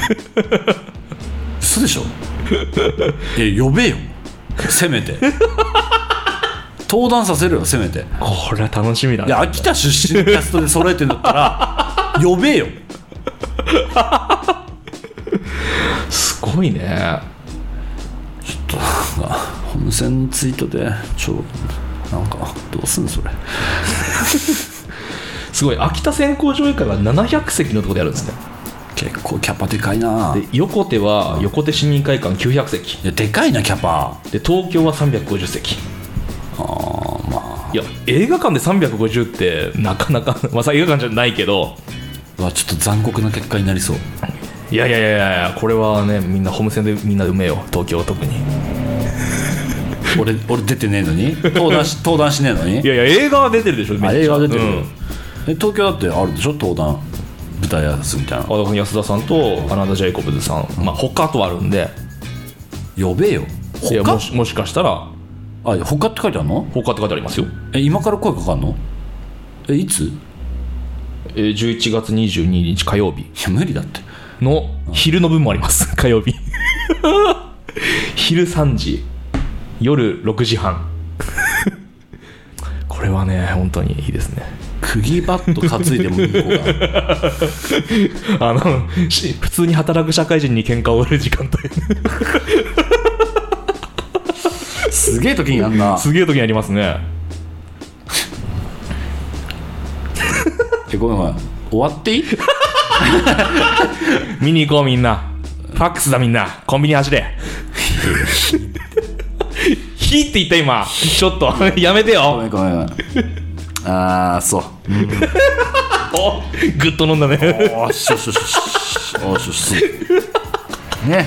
嘘でしょいや呼べよせめて登壇させるよせめて。 これは楽しみだね。 いや秋田出身のキャストで揃えてるんだったら呼べよすごいね。 ちょっとなんか本線ツイートでちょなんかどうすんのそれすごい秋田先行上映会はななひゃくせきのところでやるんですね。 結構キャパでかいな。 で横手は横手市民会館きゅうひゃくせき。 いやでかいなキャパで東京はさんびゃくごじゅっせき。 あーまあいや映画館でさんびゃくごじゅうってなかなかまあ映画館じゃないけどわちょっと残酷な結果になりそう。 いやいやいやいやこれはねみんなホームセンでみんなで埋めよう東京は特に俺俺出てねえのに登壇し登壇しねえのに。 いやいや映画は出てるでしょ。めっちゃあ映画は出てる、 うん、 え東京だってあるでしょ登壇舞台挨拶みたいな。 あ安田さんとアナンダ・ジェイコブズさん、まあ他とあるんで呼べよ。 いやもしもしかしたらあ他って書いてあるの。 他って書いてありますよ。 え今から声かかんの。えいつ。 えー、じゅういちがつにじゅうににち火曜日。いや無理だっての昼の分もあります火曜日昼さんじ夜ろくじはんこれはね本当にいいですね。 釘バット担いでも向こうがあの普通に働く社会人に喧嘩を売る時間帯すげえ時にやんな。 すげえ時にやりますねえごめんごめん終わっていい見に行こうみんな。ファックスだみんな。コンビニ走れひって言った今ちょっとやめてよ。 ごめんごめんごめんあーそう、うん、 おグッと飲んだね。 おーしょしょしょしおしょしょね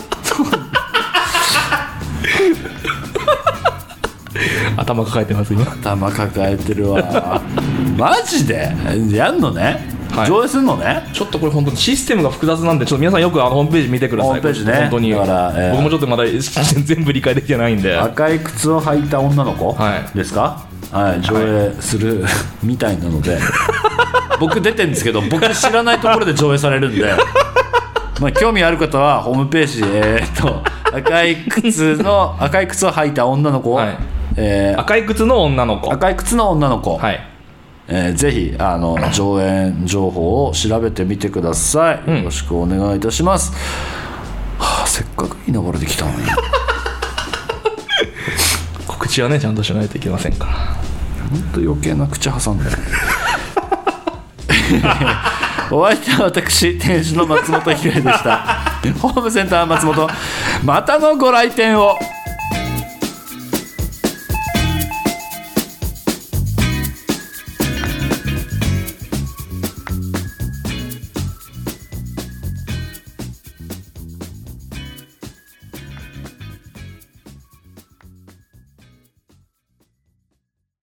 頭抱えてます今。 頭抱えてるわマジでやんのね、はい、上映するのね。 ちょっとこれ本当にシステムが複雑なんでちょっと皆さんよくあのホームページ見てください。 ホームページね。 本当にだから、えー、僕もちょっとまだ全部理解できてないんで。 赤い靴を履いた女の子ですか、はいはい、上映する、はい、みたいなので僕出てるんですけど僕知らないところで上映されるんでまあ興味ある方はホームページえー、っと赤い靴の赤い靴を履いた女の子、はいえー、赤い靴の女の子赤い靴の女の子、 はいえー、ぜひあの上演情報を調べてみてください、うん、よろしくお願いいたします、はあ、せっかくいい流れできたのに告知はねちゃんとしないといけませんから本当余計な口挟んでお相手は私店主の松本ひろえでしたホームセンター松本またのご来店を。